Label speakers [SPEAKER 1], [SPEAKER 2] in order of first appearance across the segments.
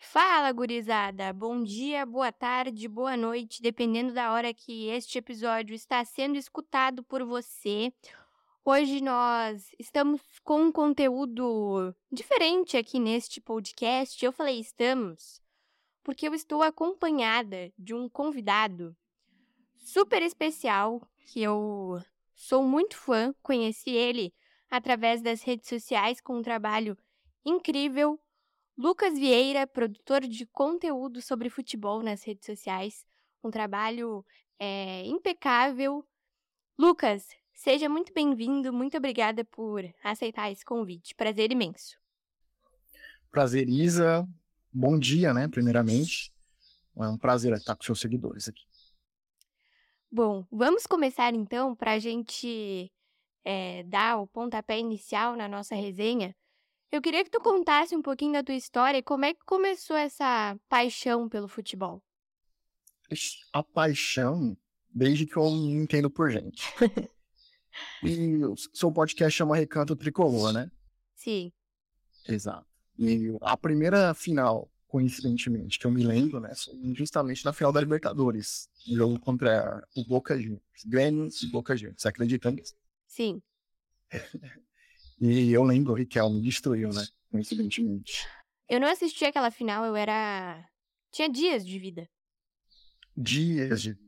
[SPEAKER 1] Fala, gurizada! Bom dia, boa tarde, boa noite, dependendo da hora que este episódio está sendo escutado por você. Hoje nós estamos com um conteúdo diferente aqui neste podcast. Eu falei estamos, porque eu estou acompanhada de um convidado super especial, que eu sou muito fã, conheci ele através das redes sociais com um trabalho incrível. Lucas Vieira, produtor de conteúdo sobre futebol nas redes sociais, um trabalho impecável. Lucas, seja muito bem-vindo, muito obrigada por aceitar esse convite, prazer imenso.
[SPEAKER 2] Prazer, Isa. Bom dia, né, primeiramente. É um prazer estar com seus seguidores aqui.
[SPEAKER 1] Bom, vamos começar então para a gente dar o pontapé inicial na nossa resenha. Eu queria que tu contasse um pouquinho da tua história e como é que começou essa paixão pelo futebol.
[SPEAKER 2] A paixão, desde que eu me entendo por gente. E o seu podcast chama Recanto Tricolor, né?
[SPEAKER 1] Sim.
[SPEAKER 2] Exato. E a primeira final, coincidentemente, que eu me lembro, né, foi justamente na final da Libertadores. Um jogo contra o Boca Juniors. Grêmio e Boca Juniors. Você acredita nisso?
[SPEAKER 1] Sim.
[SPEAKER 2] E eu lembro, o Riquelme me destruiu, né? Coincidentemente.
[SPEAKER 1] Eu não assisti aquela final, tinha dias de vida.
[SPEAKER 2] Dias de...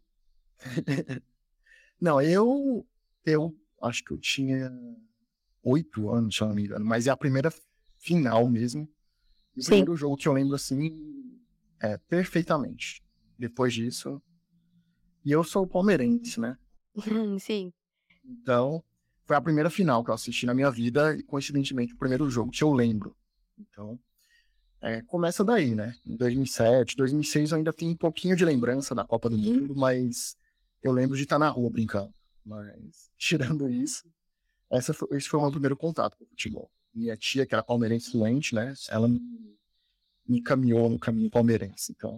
[SPEAKER 2] Não, eu acho que eu tinha 8 anos, se eu não me engano, mas é a primeira final mesmo. E o primeiro jogo que eu lembro, assim, perfeitamente. Depois disso... E eu sou palmeirense, né?
[SPEAKER 1] Sim.
[SPEAKER 2] Então, foi a primeira final que eu assisti na minha vida e, coincidentemente, o primeiro jogo que eu lembro. Então, começa daí, né? Em 2007, 2006 eu ainda tenho um pouquinho de lembrança da Copa do Mundo, mas eu lembro de estar na rua brincando. Mas, tirando isso, esse foi o meu primeiro contato com o futebol. Minha tia, que era palmeirense fluente, né? Ela me encaminhou no caminho palmeirense. Então,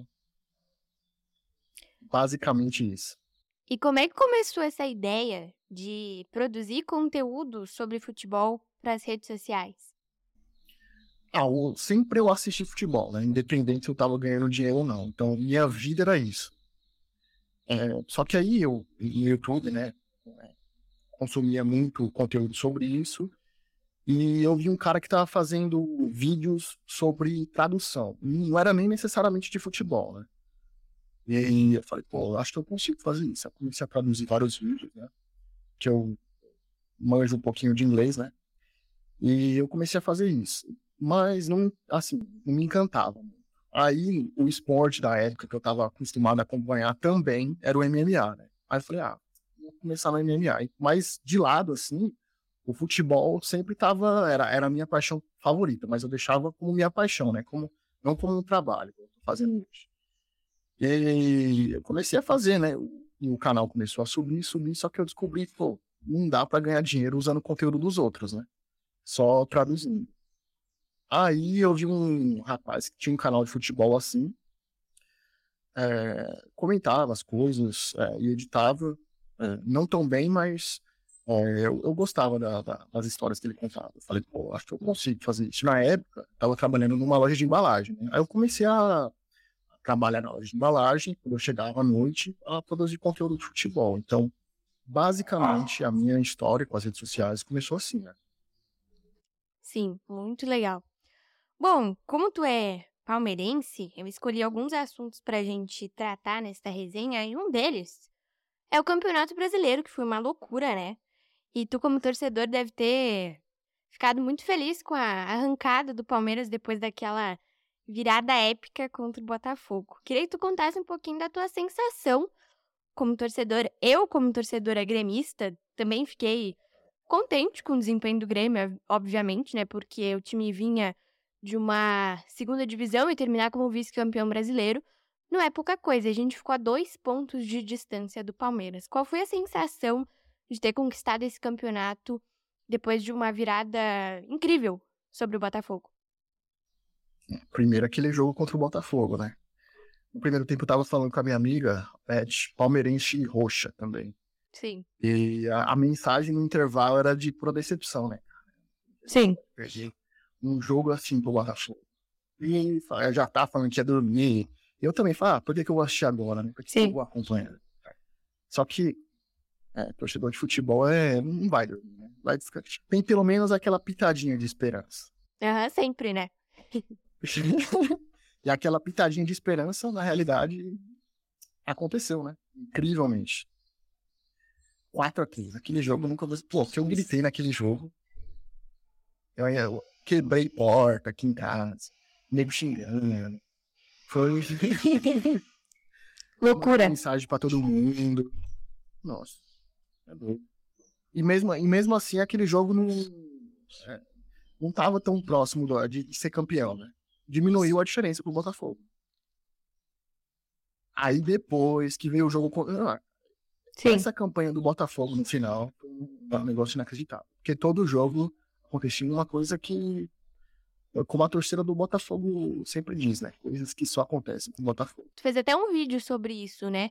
[SPEAKER 2] basicamente isso.
[SPEAKER 1] E como é que começou essa ideia de produzir conteúdo sobre futebol para as redes sociais?
[SPEAKER 2] Sempre eu assisti futebol, né? Independente se eu tava ganhando dinheiro ou não. Então, minha vida era isso. Só que aí eu, no YouTube, né? Consumia muito conteúdo sobre isso. E eu vi um cara que tava fazendo vídeos sobre tradução. E não era nem necessariamente de futebol, né? E aí eu falei, pô, acho que eu consigo fazer isso. Eu comecei a traduzir vários vídeos, né? Que eu manjo um pouquinho de inglês, né? E eu comecei a fazer isso. Mas não, assim, não me encantava. Aí o esporte da época que eu tava acostumado a acompanhar também era o MMA, né? Aí eu falei, vou começar no MMA. Mas de lado, assim, o futebol sempre era a minha paixão favorita, mas eu deixava como minha paixão, né? Não como um trabalho que eu tô fazendo hoje. E eu comecei a fazer, né? E o canal começou a subir, só que eu descobri, pô, não dá pra ganhar dinheiro usando o conteúdo dos outros, né? Só traduzindo. Aí eu vi um rapaz que tinha um canal de futebol assim, comentava as coisas e editava, não tão bem, mas eu gostava das histórias que ele contava. Eu falei, pô, acho que eu consigo fazer isso. Na época, eu estava trabalhando numa loja de embalagem, né? Aí eu comecei a trabalhar na loja de embalagem, quando eu chegava à noite, a produzir conteúdo de futebol. Então, basicamente, a minha história com as redes sociais começou assim, né?
[SPEAKER 1] Sim, muito legal. Bom, como tu é palmeirense, eu escolhi alguns assuntos para a gente tratar nesta resenha e um deles é o Campeonato Brasileiro, que foi uma loucura, né? E tu, como torcedor, deve ter ficado muito feliz com a arrancada do Palmeiras depois daquela virada épica contra o Botafogo. Queria que tu contasse um pouquinho da tua sensação como torcedor. Eu, como torcedora gremista, também fiquei contente com o desempenho do Grêmio, obviamente, né? Porque o time vinha de uma segunda divisão e terminar como vice-campeão brasileiro não é pouca coisa. A gente ficou a 2 pontos de distância do Palmeiras. Qual foi a sensação de ter conquistado esse campeonato depois de uma virada incrível sobre o Botafogo?
[SPEAKER 2] Primeiro aquele jogo contra o Botafogo, né? No primeiro tempo eu tava falando com a minha amiga, palmeirense roxa também.
[SPEAKER 1] Sim.
[SPEAKER 2] E a mensagem no intervalo era de pura decepção, né?
[SPEAKER 1] Sim.
[SPEAKER 2] Perdi um jogo assim pro Botafogo. E já tá falando que ia dormir. Eu também falo, por que eu vou assistir agora, né? Por que eu vou acompanhar? Só que torcedor de futebol não vai dormir, né? Vai descansar. Tem pelo menos aquela pitadinha de esperança.
[SPEAKER 1] Sempre, né?
[SPEAKER 2] E aquela pitadinha de esperança, na realidade, aconteceu, né? Incrivelmente. 4-3. Aquele jogo nunca vou... Pô, que eu gritei naquele jogo. Eu quebrei porta aqui em casa. Nego xingando. Foi...
[SPEAKER 1] Loucura.
[SPEAKER 2] Mensagem pra todo mundo. Nossa. É doido. E mesmo assim, aquele jogo não tava tão próximo de ser campeão, né? Diminuiu a diferença pro Botafogo. Aí depois que veio o jogo... Essa campanha do Botafogo no final foi um negócio inacreditável. Porque todo jogo acontecia uma coisa que, como a torcida do Botafogo sempre diz, né? Coisas que só acontecem com o Botafogo.
[SPEAKER 1] Tu fez até um vídeo sobre isso, né?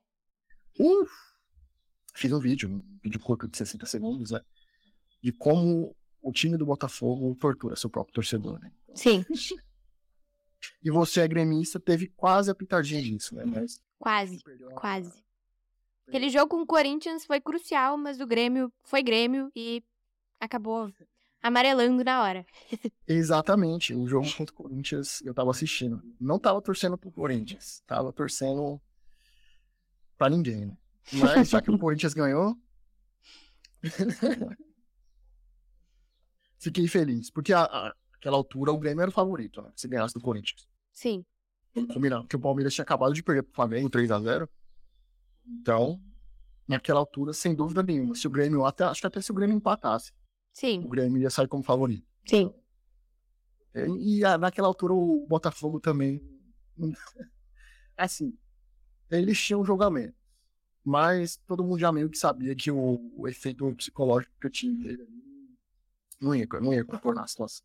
[SPEAKER 2] Fiz um vídeo curto de 60 segundos, né? De como o time do Botafogo tortura seu próprio torcedor, né?
[SPEAKER 1] Sim.
[SPEAKER 2] E você, é gremista, teve quase a pitadinha disso, né? Mas
[SPEAKER 1] quase. Aquele jogo com o Corinthians foi crucial, mas o Grêmio foi Grêmio e acabou amarelando na hora.
[SPEAKER 2] Exatamente. O jogo contra o Corinthians eu tava assistindo. Não tava torcendo pro Corinthians. Tava torcendo pra ninguém, né? Mas já que o Corinthians ganhou, fiquei feliz. Porque naquela altura o Grêmio era o favorito, né? Se ganhasse do Corinthians.
[SPEAKER 1] Sim.
[SPEAKER 2] Combinado. Porque o Palmeiras tinha acabado de perder pro Flamengo 3-0. Então, naquela altura, sem dúvida nenhuma, se o Grêmio, acho que até se o Grêmio empatasse,
[SPEAKER 1] sim,
[SPEAKER 2] o Grêmio ia sair como favorito.
[SPEAKER 1] Sim.
[SPEAKER 2] E naquela altura o Botafogo também, assim, eles tinham um julgamento, mas todo mundo já meio que sabia que o efeito psicológico que eu tinha dele não ia contornar a situação.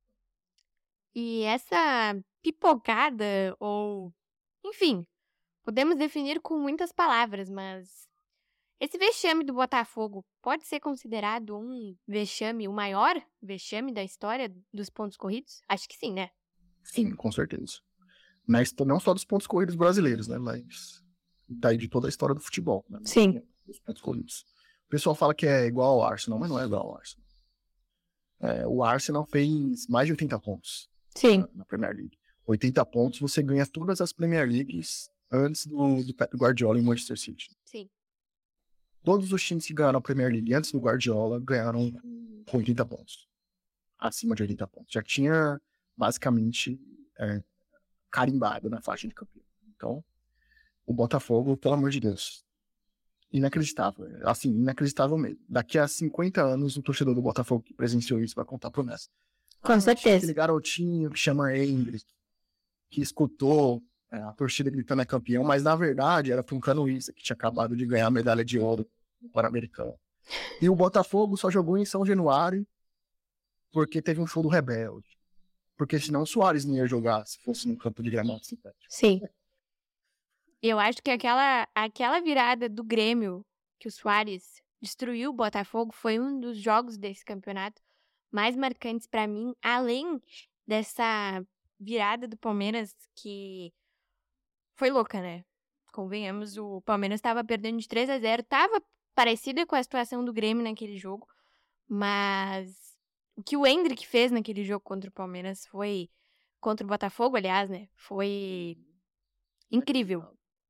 [SPEAKER 1] E essa pipocada, ou enfim, podemos definir com muitas palavras, mas esse vexame do Botafogo pode ser considerado um vexame, o maior vexame da história dos pontos corridos? Acho que sim, né?
[SPEAKER 2] Sim, com certeza. Mas não só dos pontos corridos brasileiros, né? Mas daí de toda a história do futebol, né?
[SPEAKER 1] Sim.
[SPEAKER 2] Dos pontos corridos. O pessoal fala que é igual ao Arsenal, mas não é igual ao Arsenal. O Arsenal fez mais de 80 pontos.
[SPEAKER 1] Sim.
[SPEAKER 2] Na Premier League. 80 pontos, você ganha todas as Premier Leagues antes do Pep Guardiola em Manchester City.
[SPEAKER 1] Sim.
[SPEAKER 2] Todos os times que ganharam a Premier League antes do Guardiola ganharam com 80 pontos. Acima de 80 pontos. Já tinha, basicamente, carimbado na faixa de campeão. Então, o Botafogo, pelo amor de Deus, inacreditável. Assim, inacreditável mesmo. Daqui a 50 anos, o torcedor do Botafogo que presenciou isso vai contar promessa.
[SPEAKER 1] Com certeza.
[SPEAKER 2] Aquele garotinho que chama Hendrick, que escutou a torcida gritando é campeão, mas na verdade era para um canoísta que tinha acabado de ganhar a medalha de ouro no Pan-Americano. E o Botafogo só jogou em São Januário porque teve um show do Rebelde. Porque senão o Soares não ia jogar se fosse no campo de gramado sintético.
[SPEAKER 1] Sim. Eu acho que aquela virada do Grêmio que o Soares destruiu o Botafogo foi um dos jogos desse campeonato mais marcantes para mim, além dessa virada do Palmeiras que foi louca, né? Convenhamos, o Palmeiras estava perdendo de 3-0, tava parecida com a situação do Grêmio naquele jogo, mas o que o Hendrick fez naquele jogo contra o Palmeiras foi, contra o Botafogo, aliás, né? Foi incrível.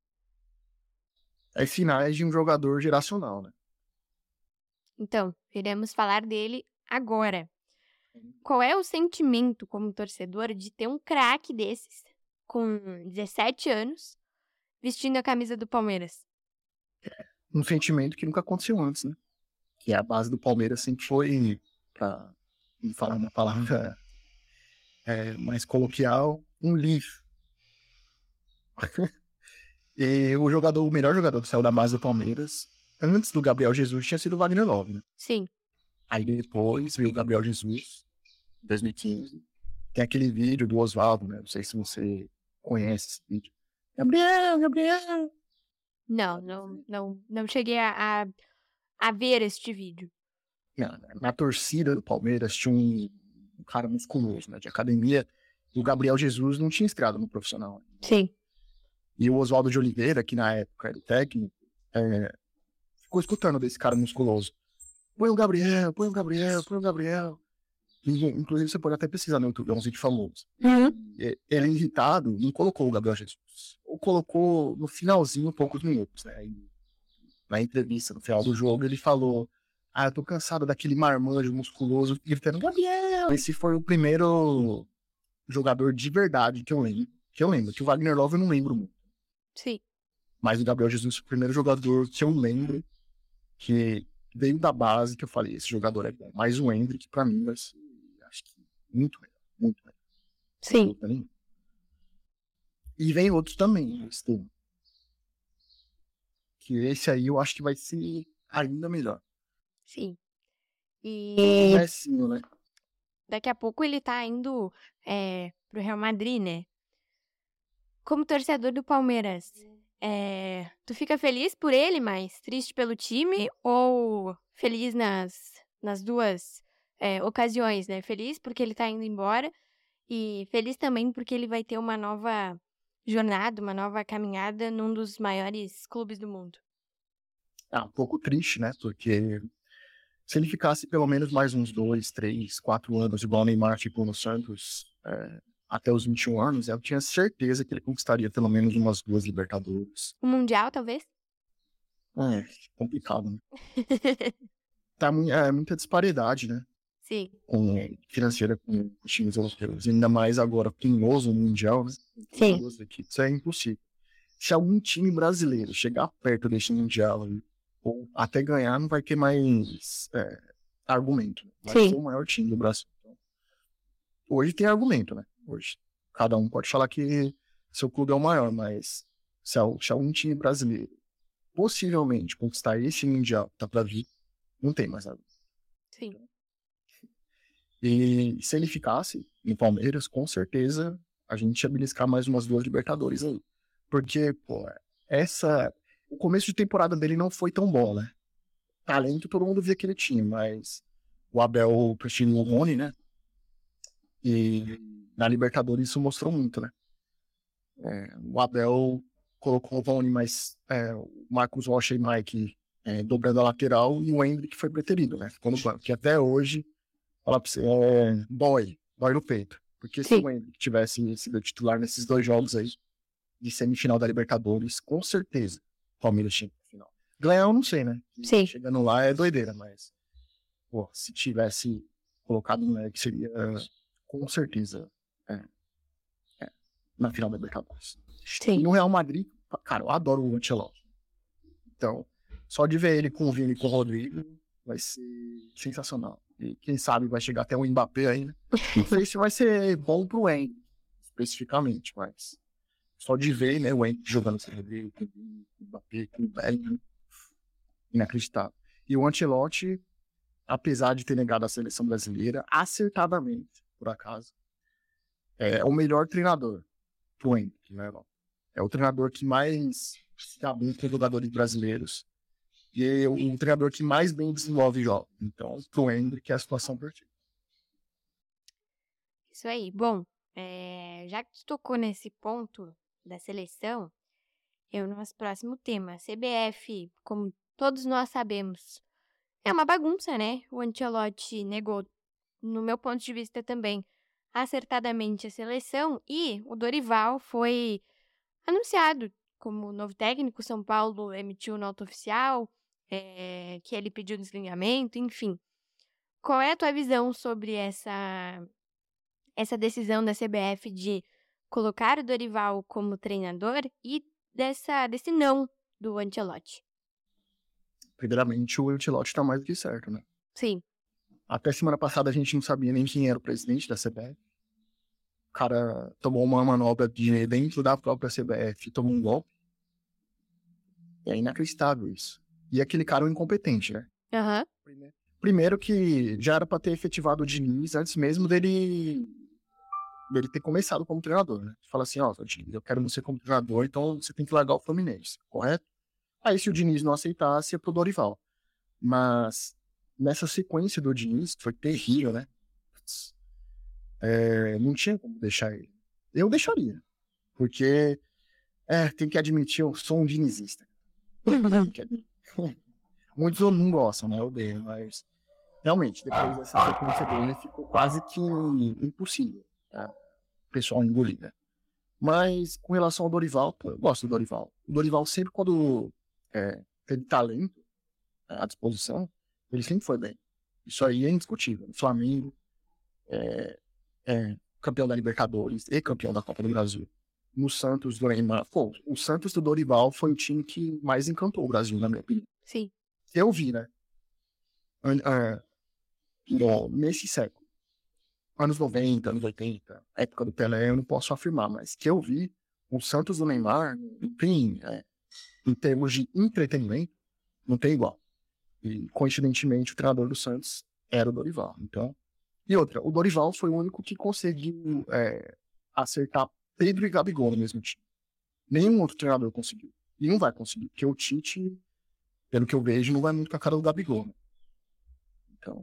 [SPEAKER 2] É sinais de um jogador geracional, né?
[SPEAKER 1] Então, iremos falar dele agora. Qual é o sentimento como torcedor de ter um craque desses, com 17 anos, vestindo a camisa do Palmeiras?
[SPEAKER 2] Um sentimento que nunca aconteceu antes, né? Que a base do Palmeiras sempre foi, pra falar uma palavra mais coloquial, um lixo. E o melhor jogador que saiu da base do Palmeiras, antes do Gabriel Jesus, tinha sido o Wagner Love, né?
[SPEAKER 1] Sim.
[SPEAKER 2] Aí depois veio o Gabriel Jesus, em 2015. Tem aquele vídeo do Oswaldo, né? Não sei se você conhece esse vídeo. Gabriel!
[SPEAKER 1] Não cheguei a ver este vídeo.
[SPEAKER 2] Na torcida do Palmeiras tinha um cara musculoso, né? De academia, o Gabriel Jesus não tinha estreado no profissional.
[SPEAKER 1] Sim.
[SPEAKER 2] E o Oswaldo de Oliveira, que na época era o técnico, ficou escutando desse cara musculoso. Põe o Gabriel, põe o Gabriel, põe o Gabriel. Inclusive, você pode até pesquisar no YouTube, é um vídeo famoso. Ele, irritado, não colocou o Gabriel Jesus. Ou colocou no finalzinho, poucos minutos. Né? Na entrevista, no final do jogo, ele falou: eu tô cansado daquele marmanjo musculoso gritando Gabriel. Esse foi o primeiro jogador de verdade que eu lembro. Que o Wagner Love eu não lembro muito.
[SPEAKER 1] Sim.
[SPEAKER 2] Mas o Gabriel Jesus foi o primeiro jogador que eu lembro que veio da base, que eu falei, esse jogador é bom. Mas o Endrick, pra mim, vai ser, acho que muito melhor. Muito melhor.
[SPEAKER 1] Sim.
[SPEAKER 2] E vem outros também, que esse aí eu acho que vai ser ainda melhor.
[SPEAKER 1] Sim.
[SPEAKER 2] E Messinho, né?
[SPEAKER 1] Daqui a pouco ele tá indo pro Real Madrid, né? Como torcedor do Palmeiras, tu fica feliz por ele, mas triste pelo time? Ou feliz nas duas ocasiões, né? Feliz porque ele tá indo embora e feliz também porque ele vai ter uma nova jornada, uma nova caminhada num dos maiores clubes do mundo.
[SPEAKER 2] Um pouco triste, né? Porque se ele ficasse pelo menos mais uns 2, 3, 4 anos, igual o Neymar ficou no Santos, até os 21 anos, eu tinha certeza que ele conquistaria pelo menos umas 2 Libertadores.
[SPEAKER 1] O Mundial, talvez?
[SPEAKER 2] Complicado, né? Tá muita disparidade, né?
[SPEAKER 1] Sim.
[SPEAKER 2] Financeira com os times europeus. Ainda mais agora, pinhoso no Mundial, né?
[SPEAKER 1] Sim.
[SPEAKER 2] Isso é impossível. Se algum time brasileiro chegar perto desse Mundial ou até ganhar, não vai ter mais argumento. Vai ser o maior time do Brasil. Então, hoje tem argumento, né? Hoje. Cada um pode falar que seu clube é o maior, mas se algum time brasileiro possivelmente conquistar esse Mundial, tá pra vir, não tem mais argumento.
[SPEAKER 1] Sim.
[SPEAKER 2] E se ele ficasse no Palmeiras, com certeza a gente ia beliscar mais umas 2 Libertadores aí. Porque, o começo de temporada dele não foi tão bom, né? Talento todo mundo via que ele tinha, mas o Abel preferiu o Rony, né? E na Libertadores isso mostrou muito, né? O Abel colocou o Rony, mas o Marcos Rocha e Mike dobrando a lateral e o Endrick foi preterido, né? Ficou no banco. Que até hoje, fala pra você, dói no peito. Porque se o Endrick tivesse sido titular nesses 2 jogos aí, de semifinal da Libertadores, com certeza o Palmeiras tinha final. Ganhar eu não sei, né?
[SPEAKER 1] Sim.
[SPEAKER 2] Chegando lá é doideira, mas se tivesse colocado no Eric, seria com certeza na final da Libertadores.
[SPEAKER 1] Sim.
[SPEAKER 2] E no Real Madrid, cara, eu adoro o Ancelotti. Então, só de ver ele com o Vini e com o Rodrigo vai ser sensacional. E quem sabe vai chegar até o Mbappé aí, né? Não sei se vai ser bom pro Henry, especificamente, mas só de ver, né, o Henry jogando com o Rodrigo, com o Mbappé, com o Bellingham, inacreditável. E o Ancelotti, apesar de ter negado a seleção brasileira, acertadamente, por acaso, é o melhor treinador pro Henrique, né? É o treinador que mais se dá bem com os jogadores brasileiros e é o treinador que mais bem desenvolve jogos. Então, pro Henrique é a situação perfeita.
[SPEAKER 1] Isso aí. Bom, já que tu tocou nesse ponto da seleção, nosso próximo tema, CBF, como todos nós sabemos, é uma bagunça, né? O Ancelotti negou, no meu ponto de vista também, acertadamente a seleção e o Dorival foi anunciado como novo técnico. São Paulo emitiu nota oficial que ele pediu desligamento, enfim. Qual é a tua visão sobre essa decisão da CBF de colocar o Dorival como treinador e desse não do Ancelotti?
[SPEAKER 2] Primeiramente, o Ancelotti tá mais do que certo, né?
[SPEAKER 1] Sim.
[SPEAKER 2] Até semana passada a gente não sabia nem quem era o presidente da CBF. O cara tomou uma manobra dentro da própria CBF, tomou um golpe. É inacreditável isso. E aquele cara é um incompetente, né?
[SPEAKER 1] Uhum.
[SPEAKER 2] Primeiro que já era pra ter efetivado o Diniz antes mesmo dele ter começado como treinador, né? Fala assim, Diniz, eu quero você como treinador, então você tem que largar o Fluminense, correto? Aí se o Diniz não aceitasse, ia pro Dorival. Mas nessa sequência do Diniz, que foi terrível, né? Não tinha como deixar ele. Eu deixaria. Porque, tem que admitir, eu sou um dinizista. Muitos não gostam, né? Eu odeio, mas realmente, depois dessa sequência dele, ficou quase que impossível, tá? O pessoal engolir, né? Mas com relação ao Dorival, pô, eu gosto do Dorival. O Dorival sempre, quando teve talento à disposição, ele sempre foi bem. Isso aí é indiscutível. O Flamengo é campeão da Libertadores e campeão da Copa do Brasil. No Santos do Neymar, pô, o Santos do Dorival foi o time que mais encantou o Brasil, na minha opinião.
[SPEAKER 1] Sim.
[SPEAKER 2] Eu vi, né? Nesse século. Anos 90, anos 80, época do Pelé, eu não posso afirmar, mas que eu vi, o Santos do Neymar, enfim, em termos de entretenimento, não tem igual. E, coincidentemente, o treinador do Santos era o Dorival. Então, e outra, o Dorival foi o único que conseguiu acertar Pedro e Gabigol no mesmo time. Nenhum outro treinador conseguiu. E não vai conseguir, porque o Tite, pelo que eu vejo, não vai muito com a cara do Gabigol. Né? Então.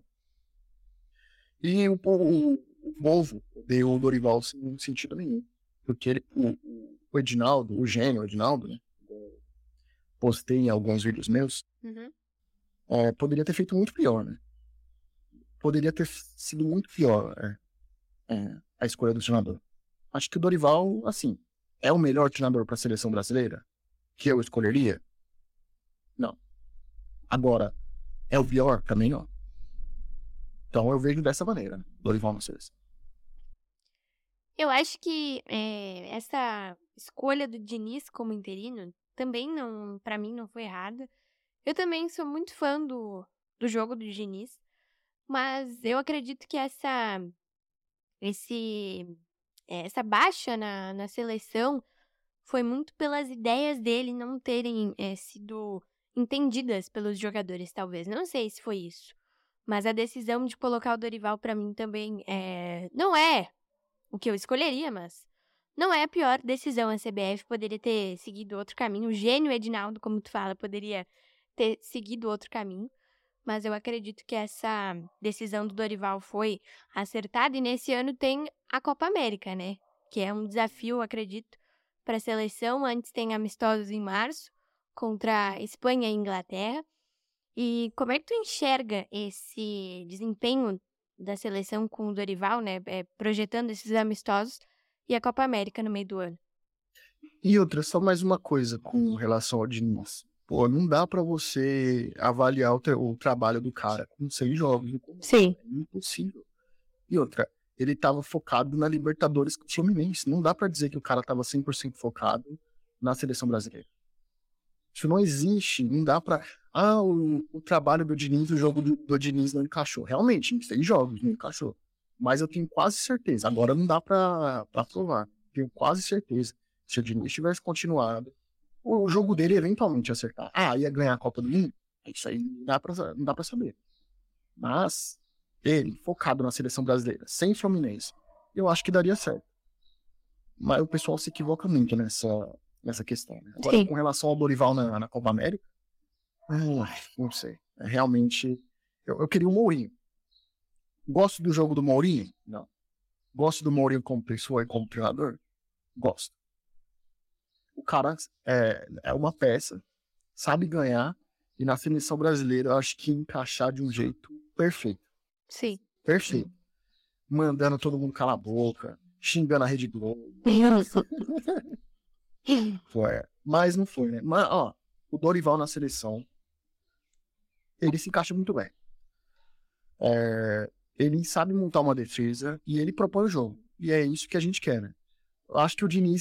[SPEAKER 2] E o povo deu o Dorival sem sentido nenhum. Porque o Edinaldo, o gênio Edinaldo, né? Postei em alguns vídeos meus, poderia ter feito muito pior, né? Poderia ter sido muito pior a escolha do treinador. Acho que o Dorival, assim, é o melhor treinador para a seleção brasileira que eu escolheria? Não. Agora, é o pior? Também não. Então eu vejo dessa maneira, né? Dorival na seleção.
[SPEAKER 1] Eu acho que essa escolha do Diniz como interino também não, para mim, não foi errada. Eu também sou muito fã do jogo do Diniz, mas eu acredito que essa baixa na seleção foi muito pelas ideias dele não terem sido entendidas pelos jogadores, talvez. Não sei se foi isso. Mas a decisão de colocar o Dorival, pra mim, também não é o que eu escolheria, mas não é a pior decisão. A CBF poderia ter seguido outro caminho. O gênio Edinaldo, como tu fala, poderia ter seguido outro caminho. Mas eu acredito que essa decisão do Dorival foi acertada. E nesse ano tem a Copa América, né? Que é um desafio, acredito, para a seleção. Antes tem amistosos em março contra Espanha e Inglaterra. E como é que tu enxerga esse desempenho da seleção com o Dorival, né? Projetando esses amistosos e a Copa América no meio do ano?
[SPEAKER 2] E outra, só mais uma coisa com relação ao Diniz. Pô, não dá pra você avaliar o trabalho do cara com 6 jogos.
[SPEAKER 1] Sim.
[SPEAKER 2] É impossível. E outra, ele tava focado na Libertadores com o Fluminense. Não dá pra dizer que o cara tava 100% focado na seleção brasileira. Isso não existe. Não dá pra... o trabalho do Diniz, o jogo do Diniz não encaixou. Realmente, em 6 jogos não encaixou. Mas eu tenho quase certeza. Agora não dá pra provar. Tenho quase certeza. Se o Diniz tivesse continuado, o jogo dele eventualmente ia acertar. Ia ganhar a Copa do Mundo? Isso aí não dá pra saber. Mas ele, focado na seleção brasileira, sem Fluminense, eu acho que daria certo. Mas o pessoal se equivoca muito nessa questão. Né? Agora, com relação ao Dorival na Copa América, não sei. Realmente, eu queria o Mourinho. Gosto do jogo do Mourinho? Não. Gosto do Mourinho como pessoa e como treinador? Gosto. O cara é uma peça, sabe ganhar, e na seleção brasileira eu acho que encaixar de um jeito perfeito.
[SPEAKER 1] Sim.
[SPEAKER 2] Perfeito. Mandando todo mundo calar a boca, xingando a Rede Globo. Mas não foi, né? Mas, o Dorival na seleção, ele se encaixa muito bem. Ele sabe montar uma defesa e ele propõe o jogo. E é isso que a gente quer, né? Eu acho que o Diniz,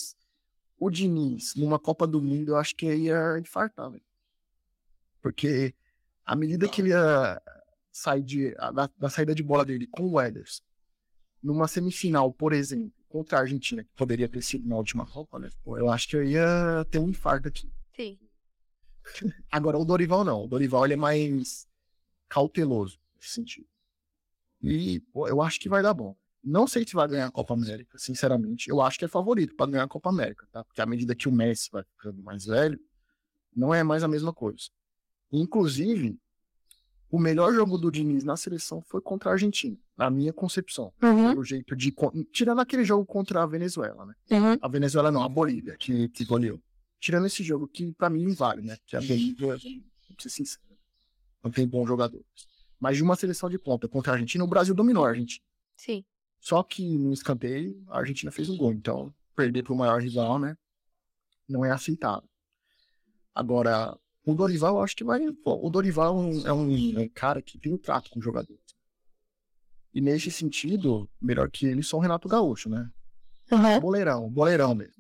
[SPEAKER 2] numa Copa do Mundo, eu acho que ia infartar, velho. Porque à medida que ele ia sair da saída de bola dele com o Ederson, numa semifinal, por exemplo, contra a Argentina, que poderia ter sido na última Copa, né? Eu acho que eu ia ter um infarto aqui.
[SPEAKER 1] Sim.
[SPEAKER 2] Agora, o Dorival não. O Dorival, ele é mais cauteloso nesse sentido. E, eu acho que vai dar bom. Não sei se vai ganhar a Copa América, sinceramente. Eu acho que é favorito para ganhar a Copa América, tá? Porque à medida que o Messi vai ficando mais velho, não é mais a mesma coisa. Inclusive, o melhor jogo do Diniz na seleção foi contra a Argentina, na minha concepção. Pelo jeito de... Tirando aquele jogo contra a Venezuela, né? A Venezuela não, a Bolívia, que goleou. Tirando esse jogo, que pra mim não vale, né? Que a Bolívia, vou ser sincero, não tem bons jogadores. Mas de uma seleção de ponta contra a Argentina, o Brasil dominou a Argentina.
[SPEAKER 1] Sim.
[SPEAKER 2] Só que no escanteio, a Argentina fez um gol. Então, perder pro maior rival, né? Não é aceitável. Agora, o Dorival, eu acho que vai... Pô, o Dorival é um cara que tem um trato com os jogadores. E nesse sentido, melhor que ele, só o Renato Gaúcho, né? Boleirão mesmo.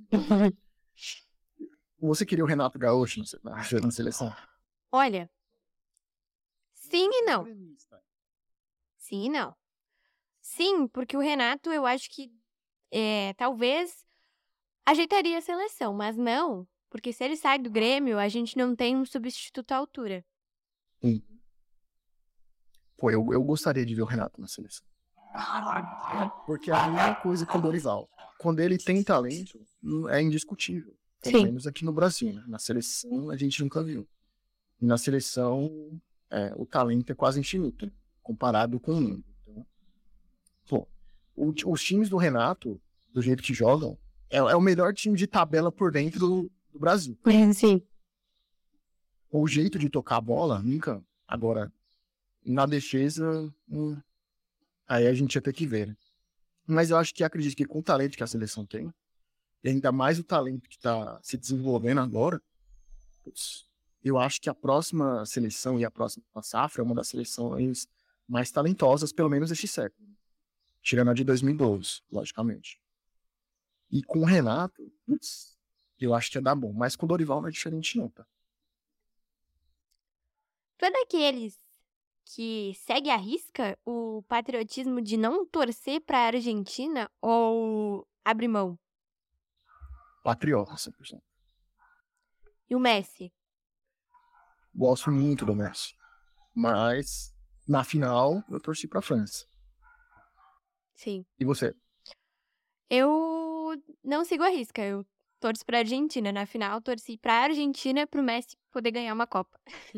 [SPEAKER 2] Você queria o Renato Gaúcho na seleção?
[SPEAKER 1] Olha, sim e não. Sim e não. Sim, porque o Renato, eu acho que talvez ajeitaria a seleção, mas não, porque se ele sai do Grêmio, a gente não tem um substituto à altura.
[SPEAKER 2] Pô, eu gostaria de ver o Renato na seleção. Porque é a mesma coisa com o Dorival. Quando ele tem talento, é indiscutível. Pelo menos aqui no Brasil, né? Na seleção, a gente nunca viu. E na seleção, o talento é quase infinito, comparado com o mundo. Então, pô, os times do Renato, do jeito que jogam, é o melhor time de tabela por dentro do Brasil.
[SPEAKER 1] Sim.
[SPEAKER 2] O jeito de tocar a bola, nunca. Agora, na defesa, aí a gente ia ter que ver, né? Mas eu acho que acredito que com o talento que a seleção tem, e ainda mais o talento que está se desenvolvendo agora, eu acho que a próxima seleção e a próxima safra é uma das seleções mais talentosas, pelo menos deste século. Tirando a de 2012, logicamente. E com o Renato, eu acho que ia dar bom. Mas com o Dorival não é diferente não, tá?
[SPEAKER 1] Tu é daqueles que segue à risca o patriotismo de não torcer pra Argentina ou abre mão?
[SPEAKER 2] Patriota, 100%.
[SPEAKER 1] E o Messi?
[SPEAKER 2] Gosto muito do Messi. Mas, na final, eu torci pra França.
[SPEAKER 1] Sim.
[SPEAKER 2] E você?
[SPEAKER 1] Eu não sigo a risca, eu torço pra Argentina. Na final, torci pra Argentina pro Messi poder ganhar uma Copa.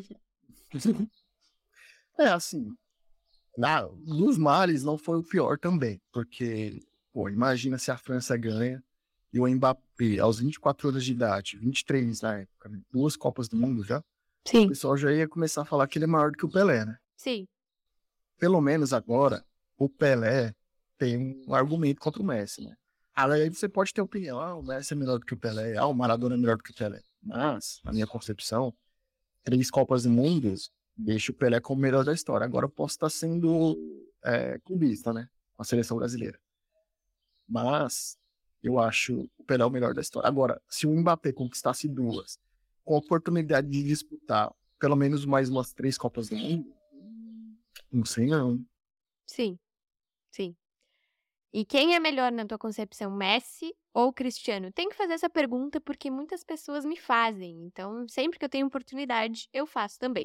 [SPEAKER 2] Assim, dos males não foi o pior também, porque, pô, imagina se a França ganha e o Mbappé, aos 24 anos de idade, 23 na época, né, 2 Copas do Mundo já,
[SPEAKER 1] Sim.
[SPEAKER 2] o pessoal já ia começar a falar que ele é maior do que o Pelé, né?
[SPEAKER 1] Sim.
[SPEAKER 2] Pelo menos agora, o Pelé tem um argumento contra o Messi, né? Aí você pode ter opinião, o Messi é melhor do que o Pelé, o Maradona é melhor do que o Pelé. Mas, na minha concepção, 3 Copas do Mundo deixa o Pelé como o melhor da história. Agora eu posso estar sendo clubista, né? Com a seleção brasileira. Mas eu acho o Pelé o melhor da história. Agora, se o Mbappé conquistasse 2, com a oportunidade de disputar pelo menos mais umas 3 Copas do Mundo, não sei não.
[SPEAKER 1] Sim. E quem é melhor na tua concepção, Messi ou Cristiano? Tenho que fazer essa pergunta porque muitas pessoas me fazem. Então, sempre que eu tenho oportunidade, eu faço também.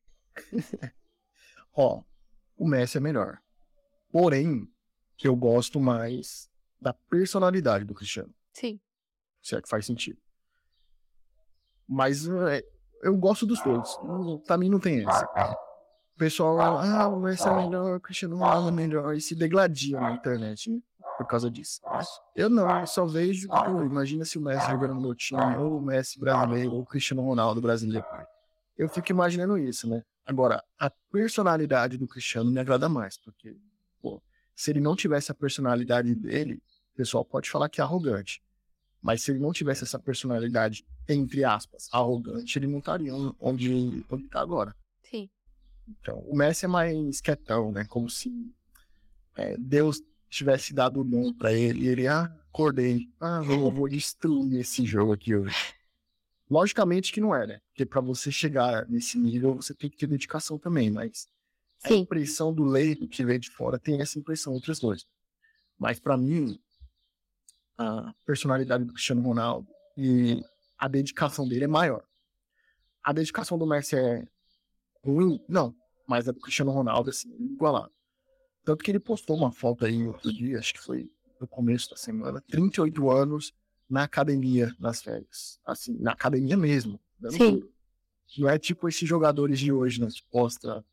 [SPEAKER 2] O Messi é melhor. Porém, eu gosto mais da personalidade do Cristiano.
[SPEAKER 1] Sim.
[SPEAKER 2] Se é que faz sentido. Mas eu gosto dos dois. Pra mim não tem essa. O pessoal, o Messi é melhor, o Cristiano Ronaldo é melhor, e se degladia na internet, né, por causa disso. Eu não, eu só vejo, imagina se o Messi jogando no meu time, ou o Messi brasileiro, ou o Cristiano Ronaldo brasileiro. Eu fico imaginando isso, né? Agora, a personalidade do Cristiano me agrada mais, porque, pô, se ele não tivesse a personalidade dele, o pessoal pode falar que é arrogante. Mas se ele não tivesse essa personalidade, entre aspas, arrogante, ele não estaria onde tá agora.
[SPEAKER 1] Sim.
[SPEAKER 2] Então, o Messi é mais quietão, né? Como se Deus tivesse dado o dom pra ele e ele, acordei. Eu vou destruir esse jogo aqui hoje. Logicamente que não é, né? Porque pra você chegar nesse nível, você tem que ter dedicação também, mas a impressão do leigo que vem de fora tem essa impressão entre os dois. Mas pra mim, a personalidade do Cristiano Ronaldo e a dedicação dele é maior. A dedicação do Messi é ruim? Não, mas a do Cristiano Ronaldo, assim, igualado. Tanto que ele postou uma foto aí outro dia, acho que foi no começo da semana, 38 anos na academia, nas férias. Assim, na academia mesmo, dando tudo. Não é tipo esses jogadores de hoje, né, que posta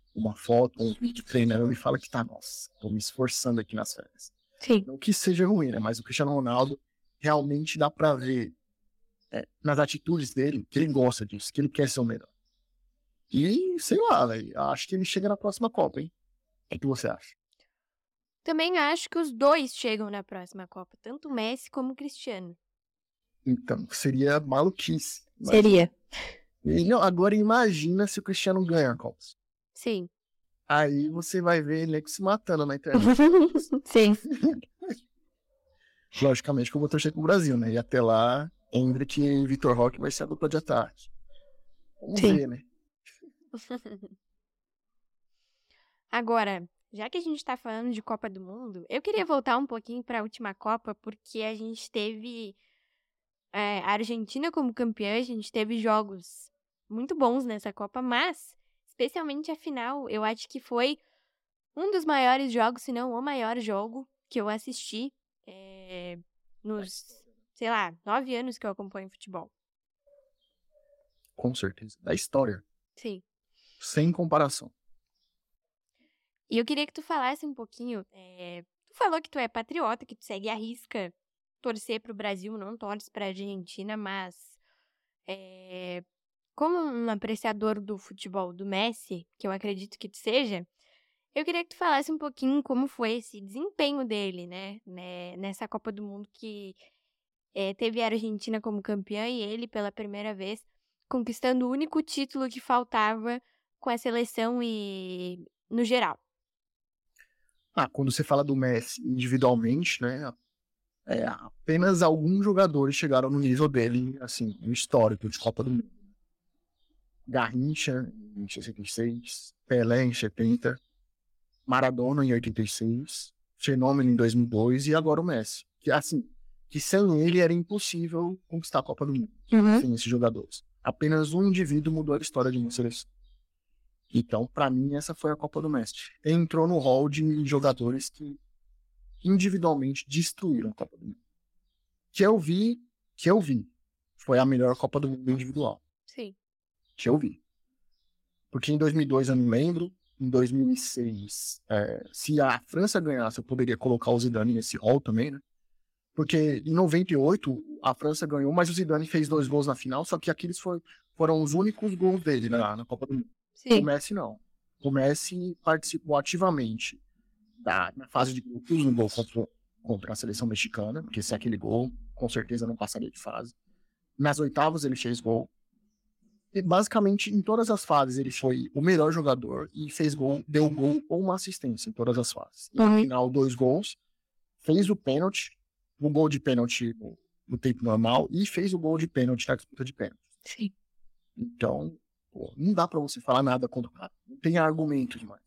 [SPEAKER 2] uma foto, um vídeo treinando e fala que tá, nossa, tô me esforçando aqui nas férias.
[SPEAKER 1] Sim.
[SPEAKER 2] Não que seja ruim, né? Mas o Cristiano Ronaldo realmente dá pra ver nas atitudes dele que ele gosta disso, que ele quer ser o melhor. E, sei lá, velho, acho que ele chega na próxima Copa, hein? O que você acha?
[SPEAKER 1] Também acho que os dois chegam na próxima Copa, tanto o Messi como o Cristiano.
[SPEAKER 2] Então, seria maluquice.
[SPEAKER 1] Seria.
[SPEAKER 2] E, não, agora imagina se o Cristiano ganha a Copa.
[SPEAKER 1] Sim.
[SPEAKER 2] Aí você vai ver ele se matando na internet.
[SPEAKER 1] Sim.
[SPEAKER 2] Logicamente que eu vou torcer pro Brasil, né? E até lá, Hendrick e Vitor Roque vai ser a dupla de ataque. Vamos
[SPEAKER 1] Sim.
[SPEAKER 2] ver, né?
[SPEAKER 1] Agora, já que a gente tá falando de Copa do Mundo, eu queria voltar um pouquinho para a última Copa, porque a gente teve a Argentina como campeã, a gente teve jogos muito bons nessa Copa, mas, especialmente a final, eu acho que foi um dos maiores jogos, se não o maior jogo que eu assisti nos, sei lá, 9 anos que eu acompanho futebol.
[SPEAKER 2] Com certeza. Da história.
[SPEAKER 1] Sim.
[SPEAKER 2] Sem comparação.
[SPEAKER 1] E eu queria que tu falasse um pouquinho. Tu falou que tu é patriota, que tu segue à risca torcer pro Brasil, não torce pra Argentina, mas como um apreciador do futebol do Messi, que eu acredito que tu seja, eu queria que tu falasse um pouquinho como foi esse desempenho dele, né, nessa Copa do Mundo que teve a Argentina como campeã e ele, pela primeira vez, conquistando o único título que faltava com a seleção e no geral.
[SPEAKER 2] Quando você fala do Messi individualmente, né? Apenas alguns jogadores chegaram no nível dele, assim, no histórico de Copa do Mundo. Garrincha, em 66, Pelé em 70, Maradona em 86, Fenômeno em 2002 e agora o Messi. Que, assim, que sem ele era impossível conquistar a Copa do Mundo, sem esses jogadores. Apenas um indivíduo mudou a história de uma seleção. Então, pra mim, essa foi a Copa do Messi. Entrou no hall de jogadores que individualmente destruíram a Copa do Mundo. Que eu vi, foi a melhor Copa do Mundo individual.
[SPEAKER 1] Sim.
[SPEAKER 2] Que eu vi. Porque em 2002 eu não lembro, em 2006, se a França ganhasse, eu poderia colocar o Zidane nesse hall também, né? Porque em 98 a França ganhou, mas o Zidane fez 2 gols na final, só que aqueles foram os únicos gols dele na Copa do Mundo.
[SPEAKER 1] Sim.
[SPEAKER 2] O Messi não. O Messi participou ativamente na fase de grupos, no gol contra a seleção mexicana, porque se aquele gol, com certeza não passaria de fase. Nas oitavas ele fez gol. E basicamente em todas as fases ele foi o melhor jogador e fez gol, deu gol ou uma assistência em todas as fases. No final, 2 gols, fez o pênalti, o gol de pênalti no tempo normal e fez o gol de pênalti na disputa de pênalti.
[SPEAKER 1] Sim.
[SPEAKER 2] Então, não dá pra você falar nada contra o cara. Não tem argumento demais.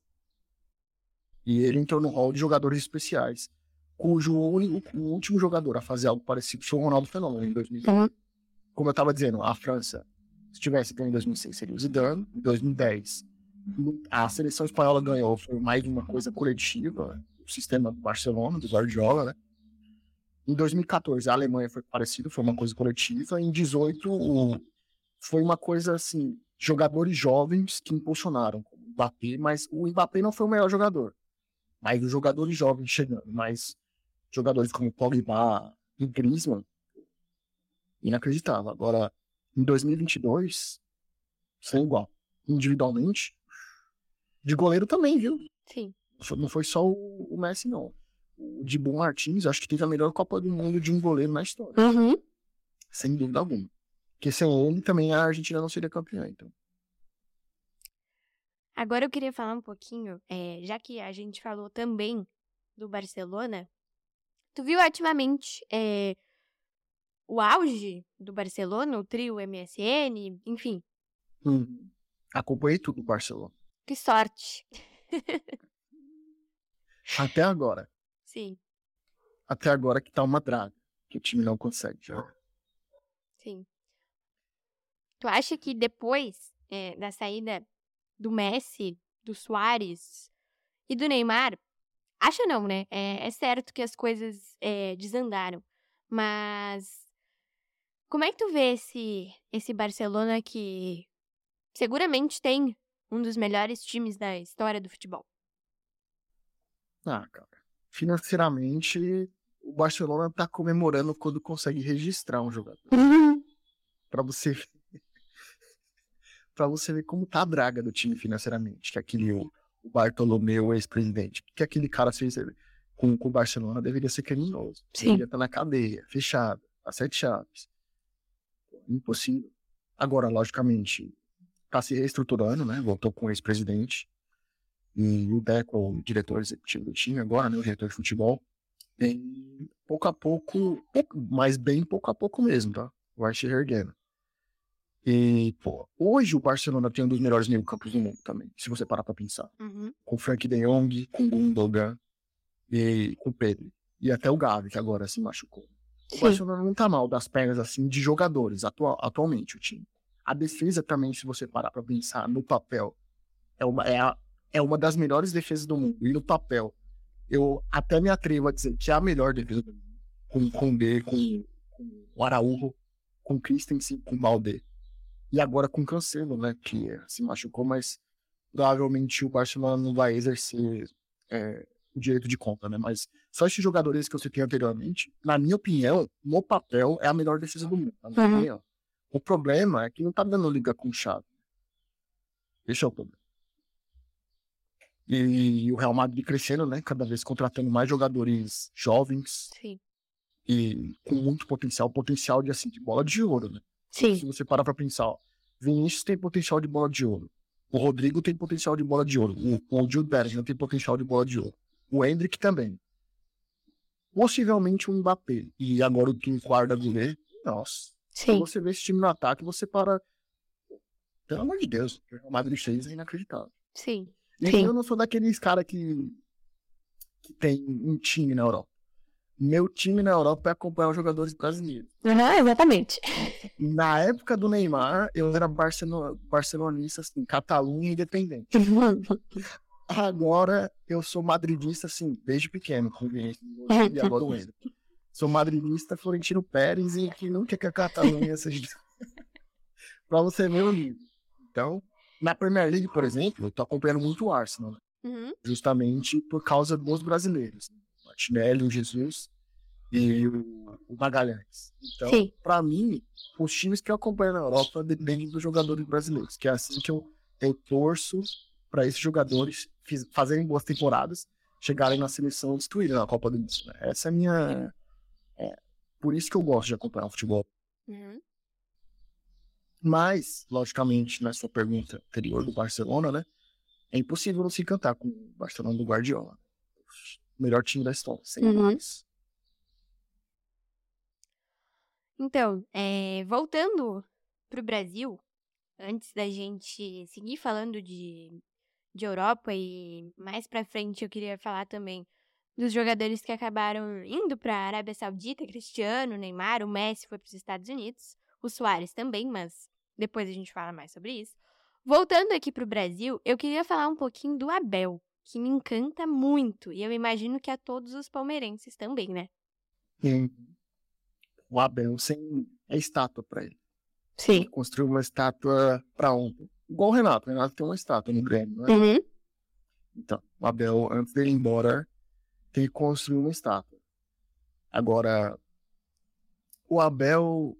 [SPEAKER 2] E ele entrou no hall de jogadores especiais, cujo o último jogador a fazer algo parecido foi o Ronaldo Fenômeno em 2010. Como eu estava dizendo, a França, se tivesse ganho em 2006, seria o Zidane. Em 2010, a seleção espanhola ganhou, foi mais uma coisa coletiva, o sistema do Barcelona, do Guardiola, né? Em 2014, a Alemanha foi parecido, foi uma coisa coletiva. Em 2018, foi uma coisa assim, jogadores jovens que impulsionaram, como o Mbappé, mas o Mbappé não foi o melhor jogador. Mas os jogadores jovens chegando, mas jogadores como Pogba e Griezmann, inacreditável. Agora, em 2022, sem igual. Individualmente, de goleiro também, viu?
[SPEAKER 1] Sim.
[SPEAKER 2] Não foi só o Messi, não. O Dibu Martins, acho que teve a melhor Copa do Mundo de um goleiro na história. Sem dúvida alguma. Porque sem ele também a Argentina não seria campeã, então.
[SPEAKER 1] Agora eu queria falar um pouquinho, já que a gente falou também do Barcelona, tu viu ativamente o auge do Barcelona, o trio MSN, enfim.
[SPEAKER 2] Acompanhei tudo do Barcelona.
[SPEAKER 1] Que sorte.
[SPEAKER 2] Até agora.
[SPEAKER 1] Sim.
[SPEAKER 2] Até agora que tá uma draga, que o time não consegue jogar.
[SPEAKER 1] Sim. Tu acha que depois da saída do Messi, do Suárez e do Neymar, acha não, né? É certo que as coisas desandaram, mas como é que tu vê esse Barcelona que seguramente tem um dos melhores times da história do futebol?
[SPEAKER 2] Ah, cara. Financeiramente, o Barcelona tá comemorando quando consegue registrar um jogador. Pra você para você ver como tá a draga do time financeiramente, que aquele o Bartolomeu, ex-presidente, que aquele cara fez com o Barcelona deveria ser criminoso.
[SPEAKER 1] Sim.
[SPEAKER 2] Deveria estar na cadeia, fechado, a 7 chaves. Impossível. Agora, logicamente, tá se reestruturando, né? Voltou com o ex-presidente. E o Deco, o diretor executivo do time agora, né? O diretor de futebol. Tem pouco a pouco, mas bem pouco a pouco mesmo, tá? Vai se reerguendo. E, pô, hoje o Barcelona tem um dos melhores meio-campos do mundo também, se você parar pra pensar.
[SPEAKER 1] Uhum.
[SPEAKER 2] Com o Frank de Jong, com o Gundogan e com o Pedro. E até o Gavi, que agora se machucou. O
[SPEAKER 1] Sim.
[SPEAKER 2] Barcelona não tá mal das pernas, assim, de jogadores, atualmente, o time. A defesa também, se você parar pra pensar, no papel, é uma das melhores defesas do mundo. E no papel, eu até me atrevo a dizer que é a melhor defesa do mundo. Com o Koundé, com o Araújo, com o Christensen, com o Balde. E agora com o Cancelo, né, que se machucou, mas provavelmente o Barcelona não vai exercer o direito de compra, né? Mas só esses jogadores que eu citei anteriormente, na minha opinião, no papel, é a melhor defesa do mundo. Na minha opinião. O problema é que não tá dando liga com chave. Esse é o problema. E o Real Madrid crescendo, né? Cada vez contratando mais jogadores jovens.
[SPEAKER 1] Sim.
[SPEAKER 2] E com muito potencial de, assim, de bola de ouro, né?
[SPEAKER 1] Sim.
[SPEAKER 2] Se você parar pra pensar, ó, Vinícius tem potencial de bola de ouro. O Rodrigo tem potencial de bola de ouro. O Jude Bellingham tem potencial de bola de ouro. O Endrick também. Possivelmente um Mbappé. E agora o Kim Quarta-Goulé. Nossa.
[SPEAKER 1] Sim.
[SPEAKER 2] Se você vê esse time no ataque, você para... Pelo amor de Deus. O Real Madrid 6 é inacreditável.
[SPEAKER 1] Sim.
[SPEAKER 2] E
[SPEAKER 1] Sim.
[SPEAKER 2] eu não sou daqueles caras que tem um time na Europa. Meu time na Europa é acompanhar os jogadores brasileiros.
[SPEAKER 1] Exatamente.
[SPEAKER 2] Na época do Neymar, eu era barcelonista, assim, Catalunha independente. Agora, eu sou madridista, assim, desde pequeno, com o Vinícius e agora o Endrick. Sou madridista, Florentino Pérez, e que nunca que a Catalunha seja... Pra você ver o nível. Então, na Premier League, por exemplo, eu tô acompanhando muito o Arsenal, né?
[SPEAKER 1] Uhum.
[SPEAKER 2] Justamente por causa dos brasileiros. O Martinelli, o Jesus e o Magalhães. Então,
[SPEAKER 1] Sim.
[SPEAKER 2] pra mim, os times que eu acompanho na Europa dependem dos jogadores brasileiros, que é assim que eu torço pra esses jogadores fazerem boas temporadas, chegarem na seleção e destruírem na Copa do Mundo. Né? Essa é a minha... por isso que eu gosto de acompanhar o futebol.
[SPEAKER 1] Uhum.
[SPEAKER 2] Mas, logicamente, na sua pergunta anterior do Barcelona, né? É impossível não se encantar com o Barcelona do Guardiola. O melhor time da história, sem mais.
[SPEAKER 1] Então, voltando pro Brasil, antes da gente seguir falando de Europa e mais pra frente eu queria falar também dos jogadores que acabaram indo pra Arábia Saudita, Cristiano, Neymar, o Messi foi pros Estados Unidos, o Suárez também, mas depois a gente fala mais sobre isso. Voltando aqui pro Brasil, eu queria falar um pouquinho do Abel, que me encanta muito, e eu imagino que a todos os palmeirenses também, né?
[SPEAKER 2] O Abel é estátua pra ele.
[SPEAKER 1] Sim.
[SPEAKER 2] Ele construiu uma estátua pra ontem. Igual o Renato. O Renato tem uma estátua no Grêmio, né?
[SPEAKER 1] Uhum.
[SPEAKER 2] Então, o Abel, antes dele ir embora, tem que construir uma estátua. Agora, o Abel,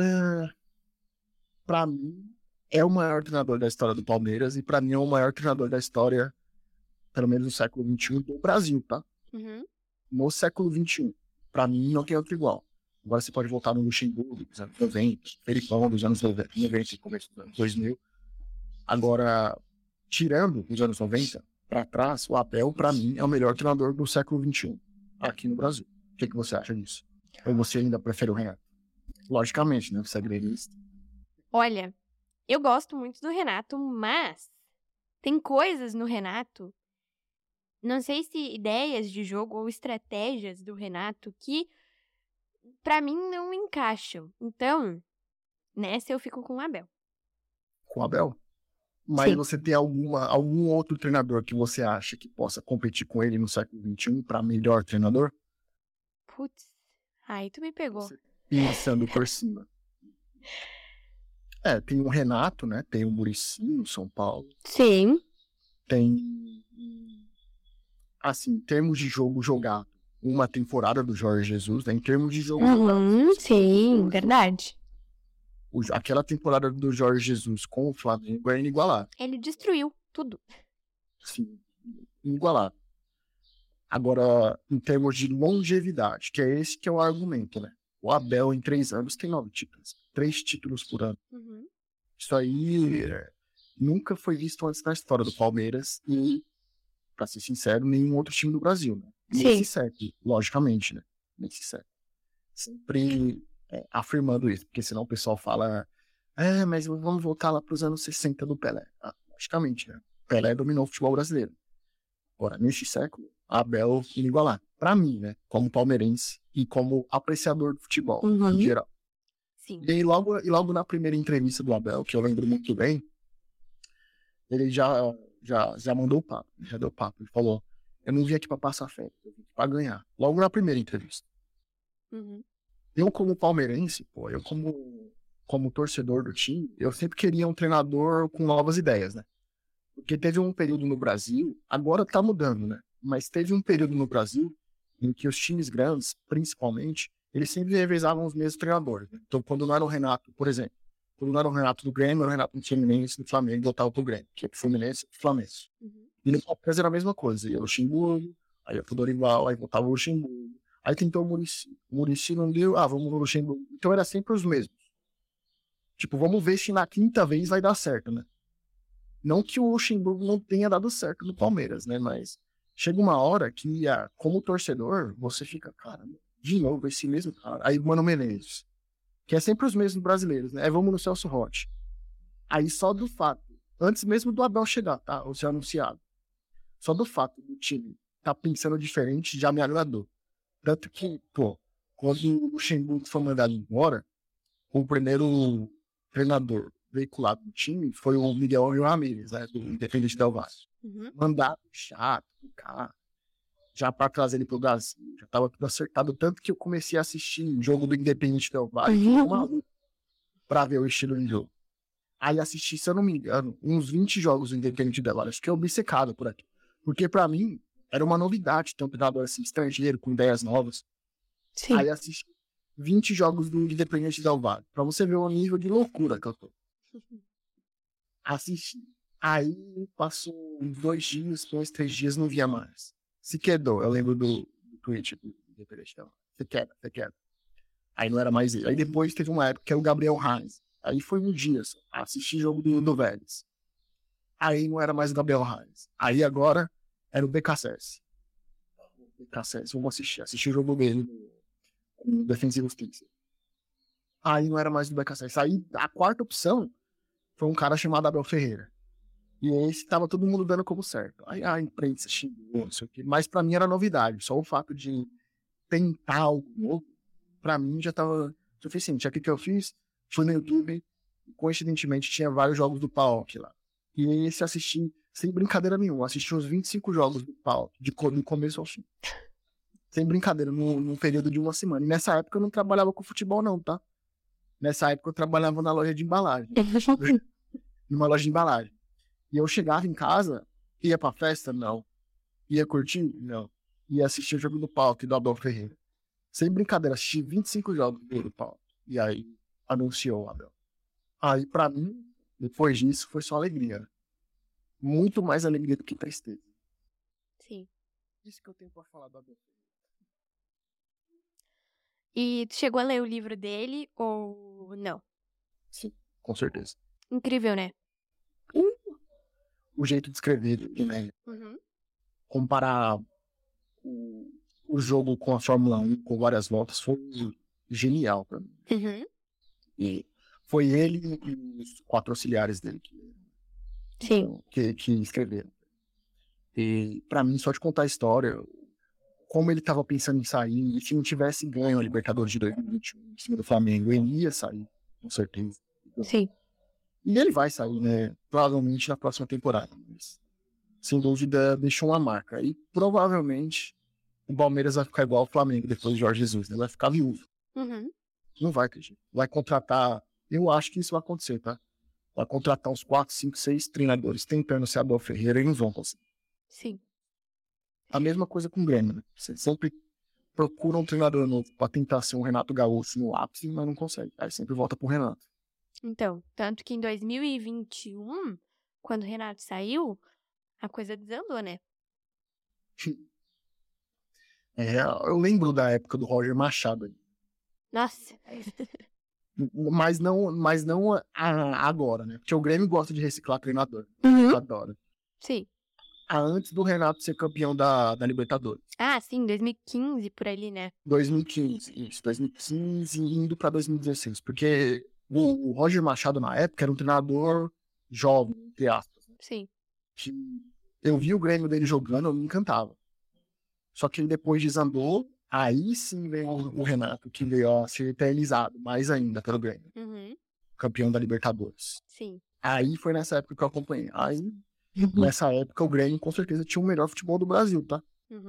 [SPEAKER 2] pra mim, é o maior treinador da história do Palmeiras e pra mim é o maior treinador da história, pelo menos no século XXI, do Brasil, tá?
[SPEAKER 1] Uhum.
[SPEAKER 2] No século XXI. Pra mim, não tem outro igual. Agora você pode voltar no Luxemburgo dos anos 90, Felipão dos anos 90 e começo dos anos 2000. Agora, tirando os anos 90 pra trás, o Abel, pra mim, é o melhor treinador do século XXI aqui no Brasil. O que você acha disso? Ou você ainda prefere o Renato? Logicamente, né? Você é gremista.
[SPEAKER 1] Olha, eu gosto muito do Renato, mas tem coisas no Renato, não sei se ideias de jogo ou estratégias do Renato que pra mim não encaixam. Então, nessa eu fico com o Abel.
[SPEAKER 2] Com o Abel? Mas
[SPEAKER 1] Sim.
[SPEAKER 2] você tem algum outro treinador que você acha que possa competir com ele no século XXI para melhor treinador?
[SPEAKER 1] Putz, aí tu me pegou.
[SPEAKER 2] Você pensando por cima. Tem o Renato, né? Tem o Muricy no São Paulo.
[SPEAKER 1] Sim.
[SPEAKER 2] Tem, assim, em termos de jogo jogado, uma temporada do Jorge Jesus, né? Em termos de jogo jogado.
[SPEAKER 1] Sim, verdade.
[SPEAKER 2] Aquela temporada do Jorge Jesus com o Flamengo é inigualável.
[SPEAKER 1] Ele destruiu tudo.
[SPEAKER 2] Sim, inigualável. Agora, em termos de longevidade, que é esse que é o argumento, né? O Abel, em 3 anos, tem 9 títulos. 3 títulos por ano. Isso aí nunca foi visto antes na história do Palmeiras e, pra ser sincero, nenhum outro time do Brasil, né? Nesse século, logicamente, né? Nesse século. Sempre afirmando isso, porque senão o pessoal fala mas vamos voltar lá pros anos 60 do Pelé. Logicamente, né? Pelé dominou o futebol brasileiro. Agora, neste século, Abel inigualável. Pra mim, né? Como palmeirense e como apreciador do futebol, em geral.
[SPEAKER 1] Sim.
[SPEAKER 2] E aí, logo na primeira entrevista do Abel, que eu lembro muito bem, ele já mandou o papo, já deu papo. Ele falou, eu não vim aqui pra passar férias, eu vim aqui pra ganhar. Logo na primeira entrevista. Eu, como palmeirense, eu como torcedor do time, eu sempre queria um treinador com novas ideias, né? Porque teve um período no Brasil, agora tá mudando, né? Mas teve um período no Brasil em que os times grandes, principalmente, eles sempre revezavam os mesmos treinadores. Né? Então, quando não era o Renato, por exemplo, quando não era o Renato do Grêmio, era o Renato do Fluminense, do Flamengo, voltava pro Grêmio, que é pro Fluminense e pro Flamengo. E no Palmeiras era a mesma coisa. Ia o Luxemburgo, aí ia pro Dorival, aí voltava o Luxemburgo. Aí tentou o Muricy. O Muricy não deu, vamos no Luxemburgo. Então era sempre os mesmos. Tipo, vamos ver se na quinta vez vai dar certo, né? Não que o Luxemburgo não tenha dado certo no Palmeiras, né? Mas chega uma hora que, como torcedor, você fica, caramba, de novo, esse mesmo cara. Aí, Mano Menezes, que é sempre os mesmos brasileiros, né? Aí vamos no Celso Roth. Aí só do fato, antes mesmo do Abel chegar, tá? Ou ser anunciado. Só do fato do time tá pensando diferente já me agradou. Tanto que, quando o Luxemburgo foi mandado embora, o primeiro treinador veiculado do time foi o Miguel Ramírez, né? Do Independente Del Valle. Mandado chato, cara. Já para trazer ele pro Brasil, já tava tudo acertado, tanto que eu comecei a assistir o jogo do Independente Del Valle, pra ver o estilo de jogo. Aí assisti, se eu não me engano, uns 20 jogos do Independente Del Valle, acho que eu obcecado por aqui. Porque pra mim, era uma novidade ter um treinador assim, estrangeiro, com ideias novas.
[SPEAKER 1] Sim.
[SPEAKER 2] Aí assisti 20 jogos do Independente Del Valle, pra você ver o nível de loucura que eu tô. Assisti. Aí passou 2 dias, 2, 3 dias, não via mais. Se quedou, eu lembro do tweet do Independente Del Valle. Você queda. Aí não era mais ele. Aí depois teve uma época que era o Gabriel Heinz. Aí foi um dia só. Assisti jogo do Vélez. Aí não era mais o Gabriel Heinz. Aí agora era o BKSS. BKSS, vamos assistir. Assisti o jogo dele no Defensa e Justiça. Aí não era mais o BKSS. Aí a quarta opção foi um cara chamado Abel Ferreira. E esse tava todo mundo dando como certo. Aí a imprensa xingou, não sei o quê. Mas pra mim era novidade. Só o fato de tentar algo novo, pra mim já tava suficiente. O que eu fiz? Fui no YouTube e, coincidentemente, tinha vários jogos do PAOK lá. E esse assisti, sem brincadeira nenhuma, assisti uns 25 jogos do PAOK, do começo ao fim. Sem brincadeira, num período de uma semana. E nessa época eu não trabalhava com futebol não, tá? Nessa época eu trabalhava na loja de embalagem. Numa loja de embalagem. E eu chegava em casa, ia pra festa? Não. Ia curtir? Não. Ia assistir o jogo do PAOK do Abel Ferreira. Sem brincadeira, assisti 25 jogos do PAOK. E aí anunciou o Abel. Aí, pra mim, depois disso, foi só alegria. Muito mais alegria do que tristeza.
[SPEAKER 1] Sim.
[SPEAKER 2] Isso que eu tenho pra falar do Abel.
[SPEAKER 1] E tu chegou a ler o livro dele ou não?
[SPEAKER 2] Sim, com certeza.
[SPEAKER 1] Incrível, né?
[SPEAKER 2] O jeito de escrever, né? Comparar o jogo com a Fórmula 1, com várias voltas, foi genial pra mim. E foi ele e os 4 auxiliares dele que escreveram. E pra mim, só de contar a história, como ele tava pensando em sair, e se não tivesse ganho a Libertadores de 2021 em cima do Flamengo, ele ia sair, com certeza.
[SPEAKER 1] Sim.
[SPEAKER 2] E ele vai sair, né? Provavelmente na próxima temporada. Mas, sem dúvida, deixou uma marca. E provavelmente o Palmeiras vai ficar igual ao Flamengo depois do Jorge Jesus, né? Vai ficar viúvo. Não vai ter jeito. Vai contratar Eu acho que isso vai acontecer, tá? Vai contratar uns 4, 5, 6 treinadores tentando ser Abel Ferreira e não vão conseguir.
[SPEAKER 1] Sim.
[SPEAKER 2] A mesma coisa com o Grêmio, né? Você sempre procura um treinador novo pra tentar ser um Renato Gaúcho no ápice, mas não consegue. Aí sempre volta pro Renato.
[SPEAKER 1] Então, tanto que em 2021, quando o Renato saiu, a coisa desandou, né?
[SPEAKER 2] Eu lembro da época do Roger Machado.
[SPEAKER 1] Nossa.
[SPEAKER 2] Mas não agora, né? Porque o Grêmio gosta de reciclar treinador. Adora.
[SPEAKER 1] Sim.
[SPEAKER 2] Antes do Renato ser campeão da Libertadores.
[SPEAKER 1] Ah, sim, 2015, por ali, né?
[SPEAKER 2] 2015, isso. 2015 indo pra 2016. Porque o Roger Machado, na época, era um treinador jovem, entre aspas.
[SPEAKER 1] Sim.
[SPEAKER 2] Que eu vi o Grêmio dele jogando, eu me encantava. Só que ele depois desandou, aí sim veio o Renato, que veio a ser eternizado, mais ainda pelo Grêmio. Campeão da Libertadores.
[SPEAKER 1] Sim.
[SPEAKER 2] Aí foi nessa época que eu acompanhei. Aí, nessa época, o Grêmio com certeza tinha o melhor futebol do Brasil, tá?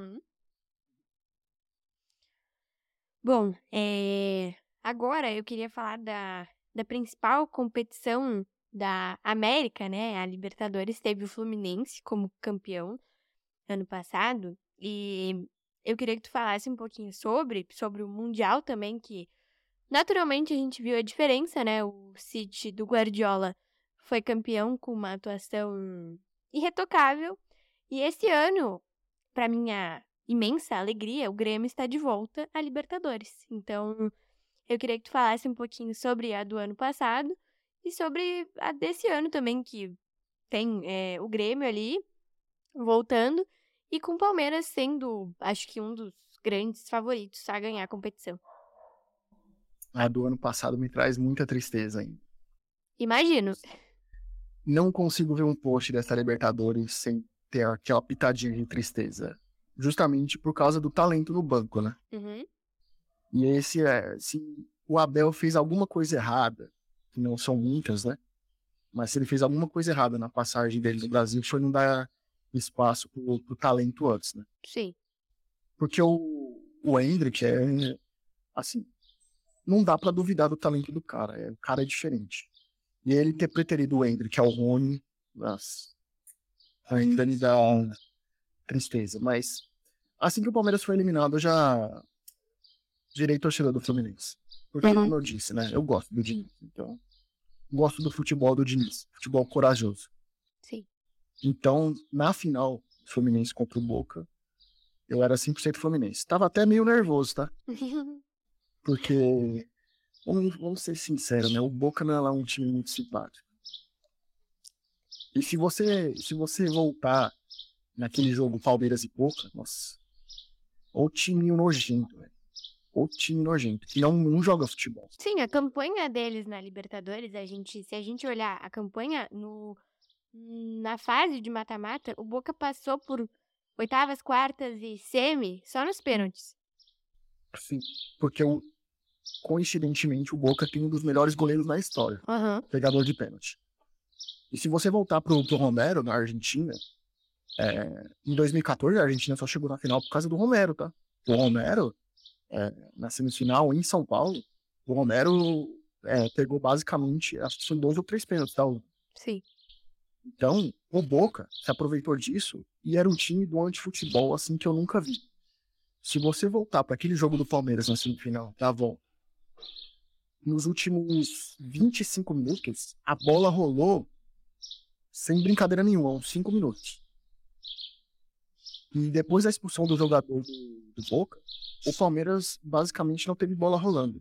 [SPEAKER 1] Bom, agora eu queria falar da principal competição da América, né? A Libertadores teve o Fluminense como campeão ano passado. E eu queria que tu falasse um pouquinho sobre o Mundial também, que naturalmente a gente viu a diferença, né? O City do Guardiola foi campeão com uma atuação irretocável. E esse ano, para minha imensa alegria, o Grêmio está de volta à Libertadores. Então, eu queria que tu falasse um pouquinho sobre a do ano passado e sobre a desse ano também, que tem o Grêmio ali voltando e com o Palmeiras sendo, acho que um dos grandes favoritos a ganhar a competição.
[SPEAKER 2] A do ano passado me traz muita tristeza ainda.
[SPEAKER 1] Imagino.
[SPEAKER 2] Não consigo ver um post dessa Libertadores sem ter aquela pitadinha de tristeza. Justamente por causa do talento no banco, né? E esse se o Abel fez alguma coisa errada, que não são muitas, né? Mas se ele fez alguma coisa errada na passagem dele no Brasil, foi não dar espaço pro talento antes, né?
[SPEAKER 1] Sim.
[SPEAKER 2] Porque o Endrick assim, não dá pra duvidar do talento do cara. O cara é diferente. E ele ter preterido o Endrick ao Rony, nossa, ainda me dá tristeza. Mas assim que o Palmeiras foi eliminado, eu já virei torcedor do Fluminense. Porque, como eu disse, né? Eu gosto do Diniz. Então, gosto do futebol do Diniz. Futebol corajoso.
[SPEAKER 1] Sim.
[SPEAKER 2] Então, na final, Fluminense contra o Boca, eu era 100% Fluminense. Tava até meio nervoso, tá? Porque, vamos ser sinceros, né? O Boca não é lá um time muito simpático. E se você voltar naquele jogo Palmeiras e Boca, nossa, o time nojento, velho. O time nojento, que não joga futebol.
[SPEAKER 1] Sim, a campanha deles na Libertadores, se a gente olhar a campanha na fase de mata-mata, o Boca passou por oitavas, quartas e semi só nos pênaltis.
[SPEAKER 2] Sim, porque coincidentemente o Boca tem um dos melhores goleiros na história, pegador de pênalti. E se você voltar pro Romero, na Argentina, em 2014 a Argentina só chegou na final por causa do Romero, tá? O Romero, na semifinal em São Paulo, o Romero pegou basicamente, acho que são 2 ou 3 pênaltis, tá?
[SPEAKER 1] Sim.
[SPEAKER 2] Então, o Boca se aproveitou disso e era um time do antifutebol assim que eu nunca vi. Se você voltar para aquele jogo do Palmeiras na semifinal, tá bom? Nos últimos 25 minutos, a bola rolou sem brincadeira nenhuma, uns 5 minutos. E depois da expulsão do jogador do Boca, o Palmeiras basicamente não teve bola rolando.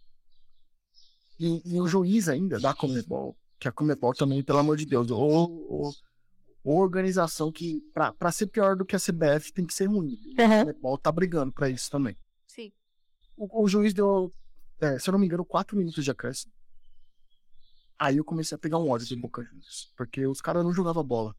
[SPEAKER 2] E o juiz ainda da Conmebol, que a Conmebol também, pelo amor de Deus, organização que, pra ser pior do que a CBF, tem que ser ruim. A Conmebol tá brigando pra isso também.
[SPEAKER 1] Sim.
[SPEAKER 2] O juiz deu, se eu não me engano, 4 minutos de acréscimo. Aí eu comecei a pegar um ódio do Boca Juniors, porque os caras não jogavam bola.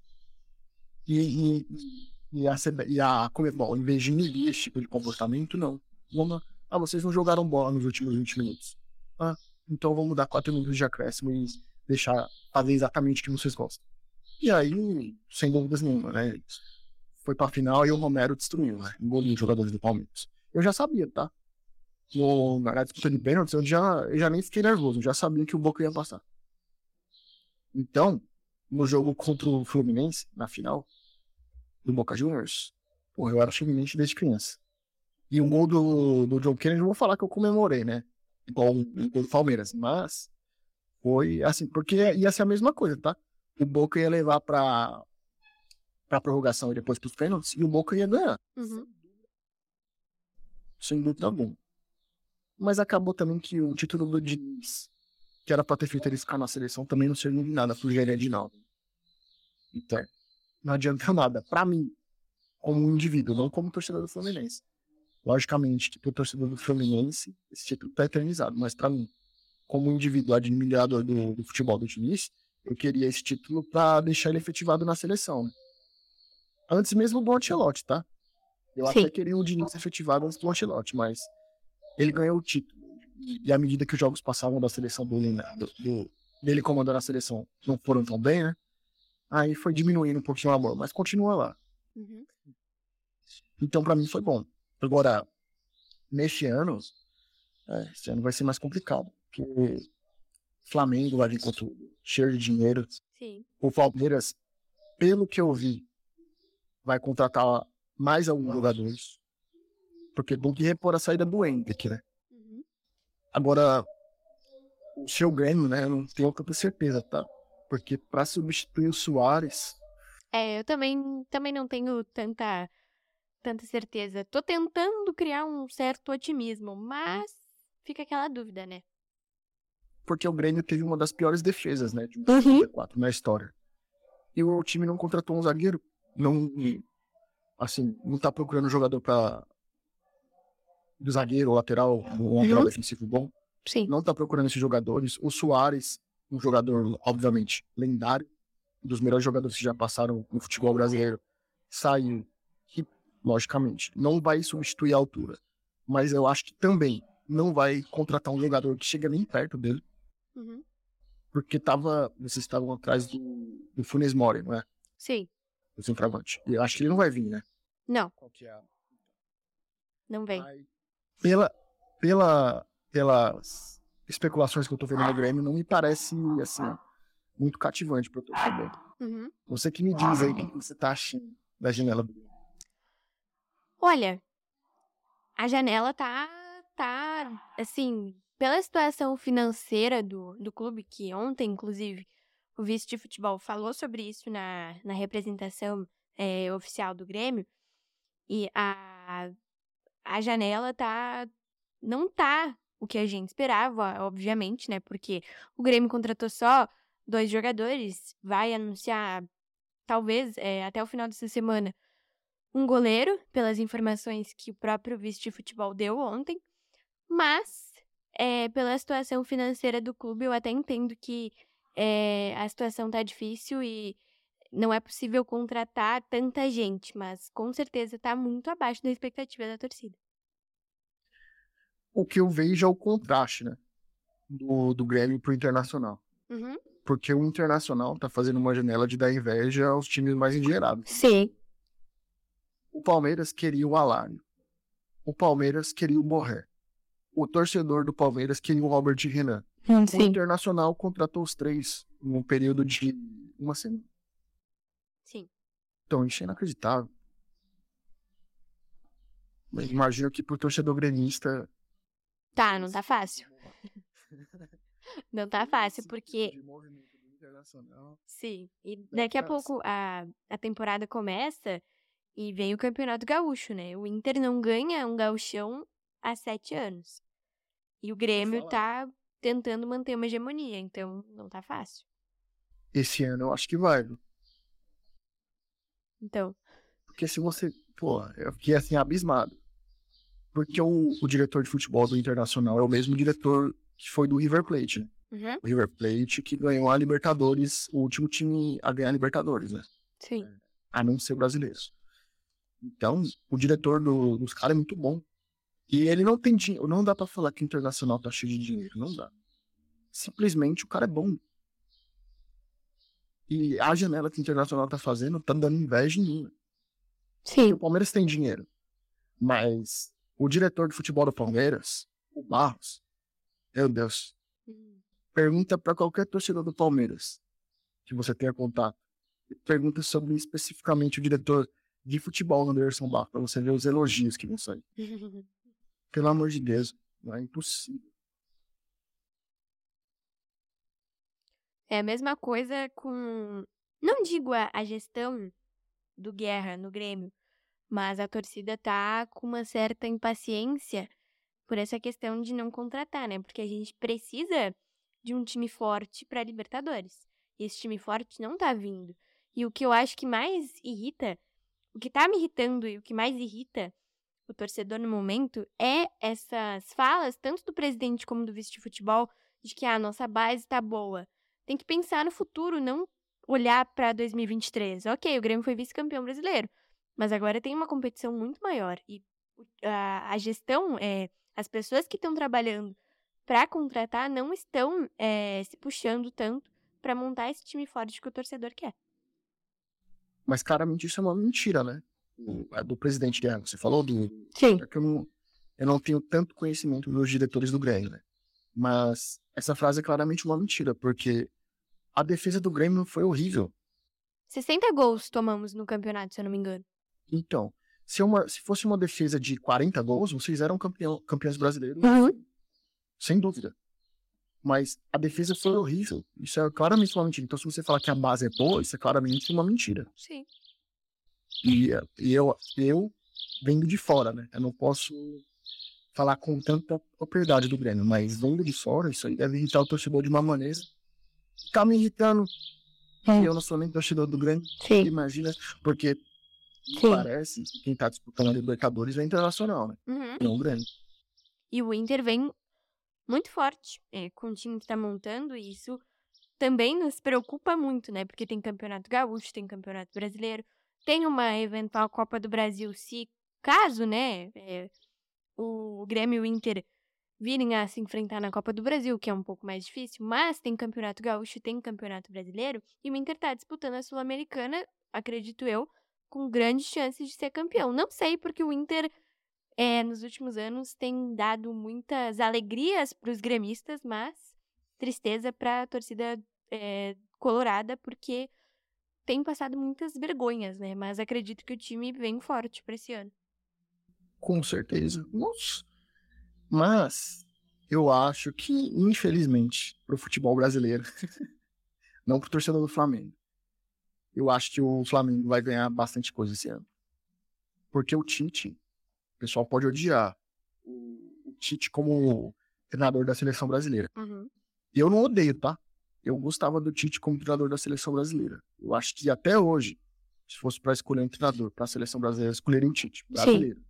[SPEAKER 2] E a Conmebol, em vez de inibir esse tipo de comportamento, não. Vocês não jogaram bola nos últimos 20 minutos. Então vamos dar 4 minutos de acréscimo e deixar fazer exatamente o que vocês gostam. E aí, sem dúvidas nenhuma, né? Foi pra final e o Romero destruiu, né? Engoliu os jogadores do Palmeiras. Eu já sabia, tá? na disputa de pênaltis, eu já nem fiquei nervoso, eu já sabia que o Boca ia passar. Então, no jogo contra o Fluminense, na final do Boca Juniors, pô, eu era Fluminense desde criança. E o gol do John Kennedy, não vou falar que eu comemorei, né? Igual o gol do Palmeiras, mas foi assim, porque ia ser a mesma coisa, tá? O Boca ia levar pra prorrogação e depois pros pênaltis, e o Boca ia ganhar.
[SPEAKER 1] Uhum.
[SPEAKER 2] Sem dúvida alguma. Mas acabou também que o título do Diniz, que era pra ter feito ele ficar na seleção, também não serviu de nada pro Gerard, não. Então, não adianta nada. Pra mim, como um indivíduo, não como torcedor do Fluminense. Logicamente, que pro torcedor do Fluminense, esse título tá eternizado. Mas pra mim, como um indivíduo admirador do futebol do Diniz, eu queria esse título pra deixar ele efetivado na seleção, né? Antes mesmo do Ancelotti, tá? Eu
[SPEAKER 1] Sim.
[SPEAKER 2] até queria o Diniz efetivado antes do Ancelotti, mas ele ganhou o título. E à medida que os jogos passavam da seleção dele, né, dele comandando a seleção, não foram tão bem, né? Aí foi diminuindo um pouquinho o amor, mas continua lá.
[SPEAKER 1] Uhum.
[SPEAKER 2] Então, pra mim, foi bom. Agora, nesse ano, esse ano vai ser mais complicado, porque o Flamengo vai vir com tudo, cheio de dinheiro.
[SPEAKER 1] Sim.
[SPEAKER 2] O Palmeiras, pelo que eu vi, vai contratar mais alguns jogadores, porque tem que repor a saída do Hendrick, né?
[SPEAKER 1] Uhum.
[SPEAKER 2] Agora, o seu Grêmio, né, eu não tenho tanta certeza, tá? Porque pra substituir o Suárez,
[SPEAKER 1] Eu também não tenho tanta certeza. Tô tentando criar um certo otimismo, mas fica aquela dúvida, né?
[SPEAKER 2] porque o Grêmio teve uma das piores defesas, né, de
[SPEAKER 1] Uhum.
[SPEAKER 2] 2004 na história. E o time não contratou um zagueiro, não tá procurando um jogador do zagueiro ou lateral, um lateral defensivo bom.
[SPEAKER 1] Sim.
[SPEAKER 2] Não tá procurando esses jogadores. O Suárez, um jogador, obviamente, lendário, um dos melhores jogadores que já passaram no futebol brasileiro, saiu, que, logicamente, não vai substituir a altura. Mas eu acho que também não vai contratar um jogador que chega nem perto dele,
[SPEAKER 1] Uhum.
[SPEAKER 2] porque vocês estavam atrás do Funes Mori, não é?
[SPEAKER 1] Sim.
[SPEAKER 2] Do centroavante. E eu acho que ele não vai vir, né?
[SPEAKER 1] Não,
[SPEAKER 2] Qual que é?
[SPEAKER 1] não vem.
[SPEAKER 2] Aí, pelas especulações que eu tô vendo no Grêmio, não me parece, assim, muito cativante pro torcedor.
[SPEAKER 1] Uhum.
[SPEAKER 2] Você que me diz aí o que você tá achando da janela do Grêmio.
[SPEAKER 1] Olha, a janela tá, assim, pela situação financeira do clube, que ontem, inclusive, o vice de futebol falou sobre isso na representação oficial do Grêmio, e a janela não tá o que a gente esperava, obviamente, né? Porque o Grêmio contratou só 2 jogadores, vai anunciar, talvez, até o final dessa semana, um goleiro, pelas informações que o próprio vice de futebol deu ontem, mas, pela situação financeira do clube, eu até entendo que a situação tá difícil e não é possível contratar tanta gente, mas com certeza tá muito abaixo da expectativa da torcida.
[SPEAKER 2] O que eu vejo é o contraste, né? Do Grêmio pro Internacional.
[SPEAKER 1] Uhum.
[SPEAKER 2] Porque o Internacional tá fazendo uma janela de dar inveja aos times mais endinheirados.
[SPEAKER 1] Sim.
[SPEAKER 2] O Palmeiras queria o Alário. O Palmeiras queria o Borré. O torcedor do Palmeiras queria o Robert Renan. O Internacional contratou os 3 em um período de uma semana.
[SPEAKER 1] Sim.
[SPEAKER 2] Então, isso é inacreditável. Mas imagino que pro torcedor gremista...
[SPEAKER 1] Tá, não tá fácil. Não tá fácil, porque...
[SPEAKER 2] De movimento do Internacional.
[SPEAKER 1] Sim, e daqui a pouco a temporada começa e vem o Campeonato Gaúcho, né? O Inter não ganha um gauchão há 7 anos. E o Grêmio tá tentando manter uma hegemonia, então não tá fácil.
[SPEAKER 2] Esse ano eu acho que vai, viu?
[SPEAKER 1] Então,
[SPEAKER 2] Porque se você... Pô, eu fiquei assim, abismado. Porque o diretor de futebol do Internacional é o mesmo diretor que foi do River Plate, né?
[SPEAKER 1] uhum.
[SPEAKER 2] O River Plate que ganhou a Libertadores, o último time a ganhar a Libertadores, né?
[SPEAKER 1] Sim.
[SPEAKER 2] A não ser brasileiros. Então, o diretor dos caras é muito bom. E ele não tem dinheiro. Não dá pra falar que o Internacional tá cheio de dinheiro. Não dá. Simplesmente o cara é bom. E a janela que o Internacional tá fazendo tá dando inveja nenhuma.
[SPEAKER 1] Sim.
[SPEAKER 2] O Palmeiras tem dinheiro. Mas o diretor de futebol do Palmeiras O Barros, meu Deus. Pergunta para qualquer torcedor do Palmeiras que você tenha contato. Pergunta sobre especificamente o diretor de futebol no Anderson Barros, para você ver os elogios que vão sair. Pelo amor de Deus, não é impossível.
[SPEAKER 1] É a mesma coisa com... Não digo a gestão do Guerra no Grêmio, mas a torcida tá com uma certa impaciência por essa questão de não contratar, né? Porque a gente precisa de um time forte para Libertadores. E esse time forte não tá vindo. E o que eu acho que mais irrita, o que tá me irritando e o que mais irrita o torcedor no momento é essas falas, tanto do presidente como do vice de futebol, de que a nossa base tá boa. Tem que pensar no futuro, não olhar para 2023. Ok, o Grêmio foi vice-campeão brasileiro, mas agora tem uma competição muito maior. E a gestão, as pessoas que estão trabalhando para contratar não estão se puxando tanto para montar esse time forte que o torcedor quer.
[SPEAKER 2] Mas claramente isso é uma mentira, né? Do presidente Guerra, você falou do...
[SPEAKER 1] Sim.
[SPEAKER 2] É que eu não tenho tanto conhecimento dos diretores do Grêmio, né? Mas essa frase é claramente uma mentira, porque a defesa do Grêmio foi horrível.
[SPEAKER 1] 60 gols tomamos no campeonato, se eu não me engano.
[SPEAKER 2] Então, se fosse uma defesa de 40 gols, vocês eram campeões brasileiros, sem dúvida. Mas a defesa foi horrível. Isso é claramente uma mentira. Então, se você falar que a base é boa, isso é claramente uma mentira.
[SPEAKER 1] Sim.
[SPEAKER 2] E eu venho de fora, né? Eu não posso falar com tanta propriedade do Grêmio, mas vendo de fora, isso aí deve irritar o torcedor de uma maneira. Tá me irritando. E eu não sou nem torcedor do Grêmio.
[SPEAKER 1] Sim.
[SPEAKER 2] Imagina, porque parece que quem tá disputando a Libertadores é Internacional, né? Não o Grêmio.
[SPEAKER 1] E o Inter vem muito forte com o time que tá montando, e isso também nos preocupa muito, né? Porque tem Campeonato Gaúcho, tem Campeonato Brasileiro, tem uma eventual Copa do Brasil, se caso, né, o Grêmio e o Inter virem a se enfrentar na Copa do Brasil, que é um pouco mais difícil, mas tem Campeonato Gaúcho, tem Campeonato Brasileiro, e o Inter tá disputando a Sul-Americana, acredito eu, com grandes chances de ser campeão. Não sei, porque o Inter, nos últimos anos, tem dado muitas alegrias para os gremistas, mas tristeza para a torcida colorada, porque tem passado muitas vergonhas, né? Mas acredito que o time vem forte para esse ano.
[SPEAKER 2] Com certeza. Nossa. Mas eu acho que, infelizmente, pro futebol brasileiro, não pro torcedor do Flamengo, eu acho que o Flamengo vai ganhar bastante coisa esse ano. Porque o Tite, o pessoal pode odiar o Tite como treinador da seleção brasileira. E eu não odeio, tá? Eu gostava do Tite como treinador da seleção brasileira. Eu acho que até hoje, se fosse para escolher um treinador para a seleção brasileira, eu escolheria o Tite brasileiro. Sim.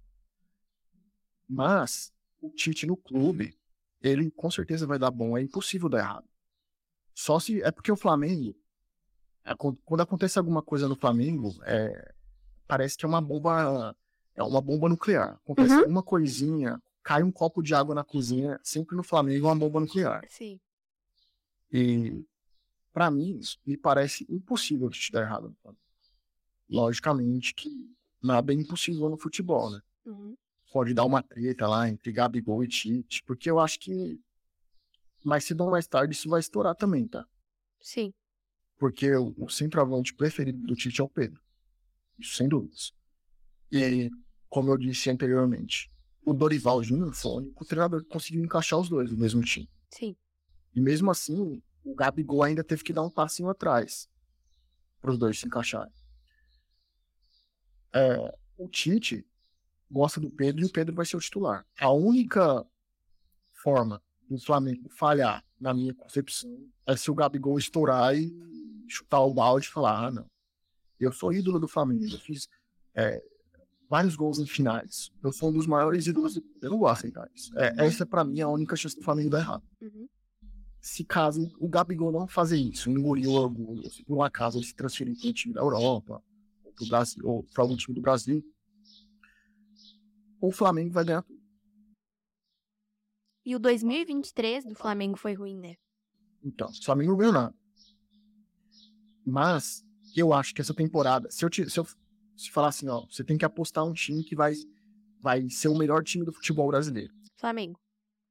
[SPEAKER 2] Mas o Tite no clube, ele com certeza vai dar bom. É impossível dar errado. Só se... É porque o Flamengo, quando acontece alguma coisa no Flamengo, parece que é uma bomba nuclear. Acontece uma coisinha, cai um copo de água na cozinha, sempre no Flamengo é uma bomba nuclear.
[SPEAKER 1] Sim.
[SPEAKER 2] E pra mim, isso me parece impossível de te dar errado. Logicamente que nada é impossível no futebol, né? Pode dar uma treta lá entre Gabigol e Tite, porque eu acho que mais cedo ou mais tarde isso vai estourar também, tá?
[SPEAKER 1] Sim.
[SPEAKER 2] Porque o centroavante preferido do Tite é o Pedro. Isso sem dúvidas. E, como eu disse anteriormente, o Dorival Júnior foi o único treinador que conseguiu encaixar os dois no mesmo time.
[SPEAKER 1] Sim.
[SPEAKER 2] E mesmo assim, o Gabigol ainda teve que dar um passinho atrás para os dois se encaixarem. O Tite gosta do Pedro e o Pedro vai ser o titular. A única forma do Flamengo falhar, na minha concepção, é se o Gabigol estourar e chutar o balde e falar, não, eu sou ídolo do Flamengo, eu fiz vários gols em finais, eu sou um dos maiores ídolos, eu não gosto de aceitar isso. Essa pra mim é a única chance do Flamengo dar errado. Se caso o Gabigol não fazer isso, engolir o orgulho, se por um acaso ele se transferir para um time da Europa, ou pro Brasil, ou para algum time do Brasil, o Flamengo vai ganhar tudo.
[SPEAKER 1] E o 2023 do Flamengo foi ruim, né?
[SPEAKER 2] Então, o Flamengo não ganhou nada. Mas eu acho que essa temporada, se falar assim, ó, você tem que apostar um time que vai ser o melhor time do futebol brasileiro.
[SPEAKER 1] Flamengo.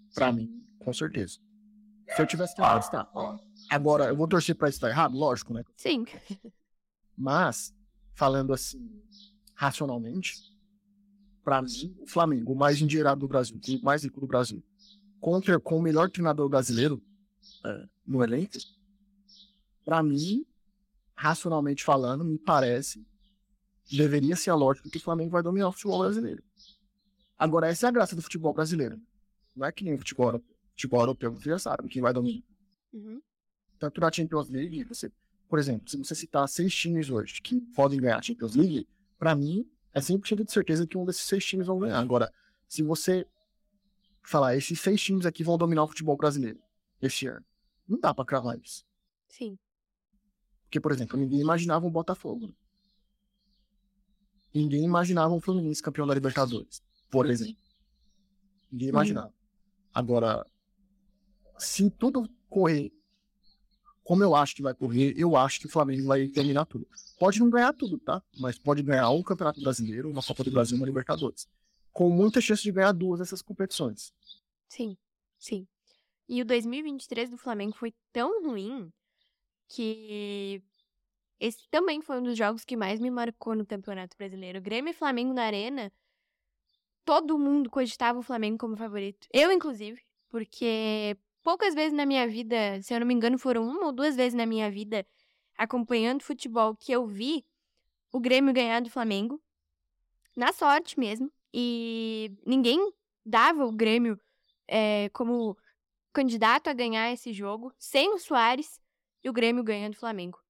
[SPEAKER 2] Pra mim, com certeza. Se eu tivesse que apostar. Agora, eu vou torcer pra estar errado? Lógico, né?
[SPEAKER 1] Sim.
[SPEAKER 2] Mas, falando assim, racionalmente, pra mim, o Flamengo, o mais endinheirado do Brasil, o mais rico do Brasil, com o melhor treinador brasileiro no elenco, pra mim, racionalmente falando, me parece, deveria ser a lógica que o Flamengo vai dominar o futebol brasileiro. Agora, essa é a graça do futebol brasileiro. Não é que nem o futebol europeu. Futebol europeu, você já sabe quem vai dominar.
[SPEAKER 1] Uhum.
[SPEAKER 2] Tanto na Champions League, por exemplo, se você citar 6 times hoje que podem ganhar a Champions League, pra mim, é 100% de certeza que um desses 6 times vão ganhar. Agora, se você falar, esses 6 times aqui vão dominar o futebol brasileiro esse ano, não dá pra cravar isso.
[SPEAKER 1] Sim.
[SPEAKER 2] Porque, por exemplo, ninguém imaginava um Botafogo. Ninguém imaginava um Fluminense campeão da Libertadores, por exemplo. Ninguém imaginava. Agora, se tudo correr como eu acho que vai correr, eu acho que o Flamengo vai terminar tudo. Pode não ganhar tudo, tá? Mas pode ganhar um Campeonato Brasileiro, uma Copa do Brasil e uma Libertadores. Com muita chance de ganhar 2 dessas competições.
[SPEAKER 1] Sim, sim. E o 2023 do Flamengo foi tão ruim que esse também foi um dos jogos que mais me marcou no Campeonato Brasileiro. Grêmio e Flamengo na Arena, todo mundo cogitava o Flamengo como favorito. Eu, inclusive, porque poucas vezes na minha vida, se eu não me engano, foram 1 ou 2 vezes na minha vida, acompanhando futebol, que eu vi o Grêmio ganhar do Flamengo, na sorte mesmo, e ninguém dava o Grêmio como candidato a ganhar esse jogo, sem o Suárez, e o Grêmio ganhando do Flamengo.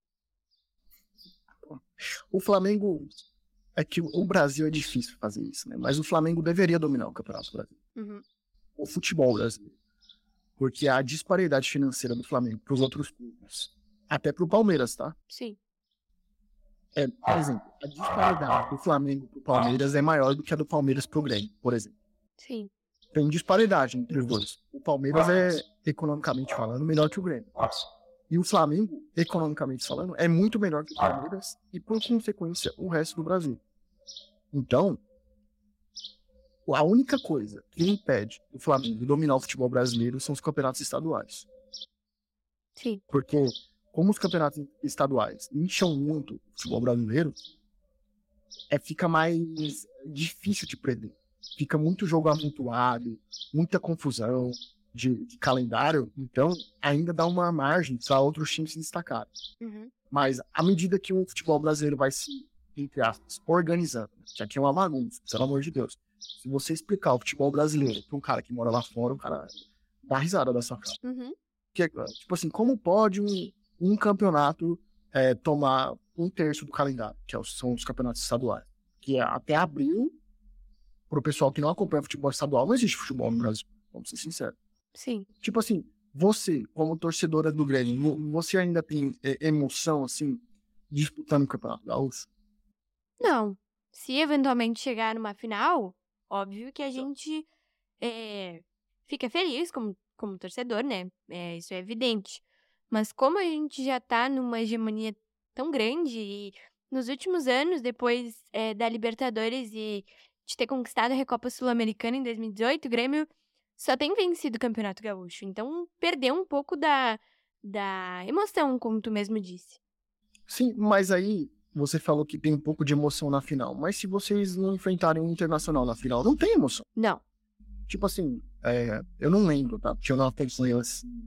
[SPEAKER 2] O Flamengo... É que o Brasil é difícil fazer isso, né? Mas o Flamengo deveria dominar o Campeonato Brasileiro.
[SPEAKER 1] Uhum.
[SPEAKER 2] O futebol brasileiro. Porque a disparidade financeira do Flamengo para os outros clubes, até para o Palmeiras, tá?
[SPEAKER 1] Sim.
[SPEAKER 2] Por exemplo, a disparidade do Flamengo para o Palmeiras é maior do que a do Palmeiras para o Grêmio, por exemplo.
[SPEAKER 1] Sim.
[SPEAKER 2] Tem disparidade entre os dois. O Palmeiras é, economicamente falando, melhor que o Grêmio. E o Flamengo, economicamente falando, é muito melhor que o Palmeiras e, por consequência, o resto do Brasil. Então, a única coisa que impede o Flamengo de dominar o futebol brasileiro são os campeonatos estaduais.
[SPEAKER 1] Sim.
[SPEAKER 2] Porque, como os campeonatos estaduais incham muito o futebol brasileiro, fica mais difícil de prender. Fica muito jogo amontoado, muita confusão de calendário, então ainda dá uma margem para outros times se destacarem.
[SPEAKER 1] Uhum.
[SPEAKER 2] Mas, à medida que o futebol brasileiro vai se, entre aspas, organizando, já que é uma bagunça, pelo amor de Deus, se você explicar o futebol brasileiro para um cara que mora lá fora, o cara dá risada dessa frase.
[SPEAKER 1] Uhum.
[SPEAKER 2] Tipo assim, como pode um campeonato tomar 1/3 do calendário, que são os campeonatos estaduais? Que até abril, pro pessoal que não acompanha futebol estadual, não existe futebol no Brasil, vamos ser sinceros.
[SPEAKER 1] Sim.
[SPEAKER 2] Tipo assim, você, como torcedora do Grêmio, você ainda tem emoção, assim, disputando o Campeonato Gaúcho?
[SPEAKER 1] Não. Se eventualmente chegar numa final, óbvio que a gente fica feliz como torcedor, né? Isso é evidente. Mas como a gente já tá numa hegemonia tão grande e nos últimos anos, depois da Libertadores e de ter conquistado a Recopa Sul-Americana em 2018, o Grêmio só tem vencido o Campeonato Gaúcho. Então, perdeu um pouco da emoção, como tu mesmo disse.
[SPEAKER 2] Sim, mas aí você falou que tem um pouco de emoção na final. Mas se vocês não enfrentarem um Internacional na final, não tem emoção.
[SPEAKER 1] Não.
[SPEAKER 2] Tipo assim, eu não lembro, tá? Porque eu não acompanho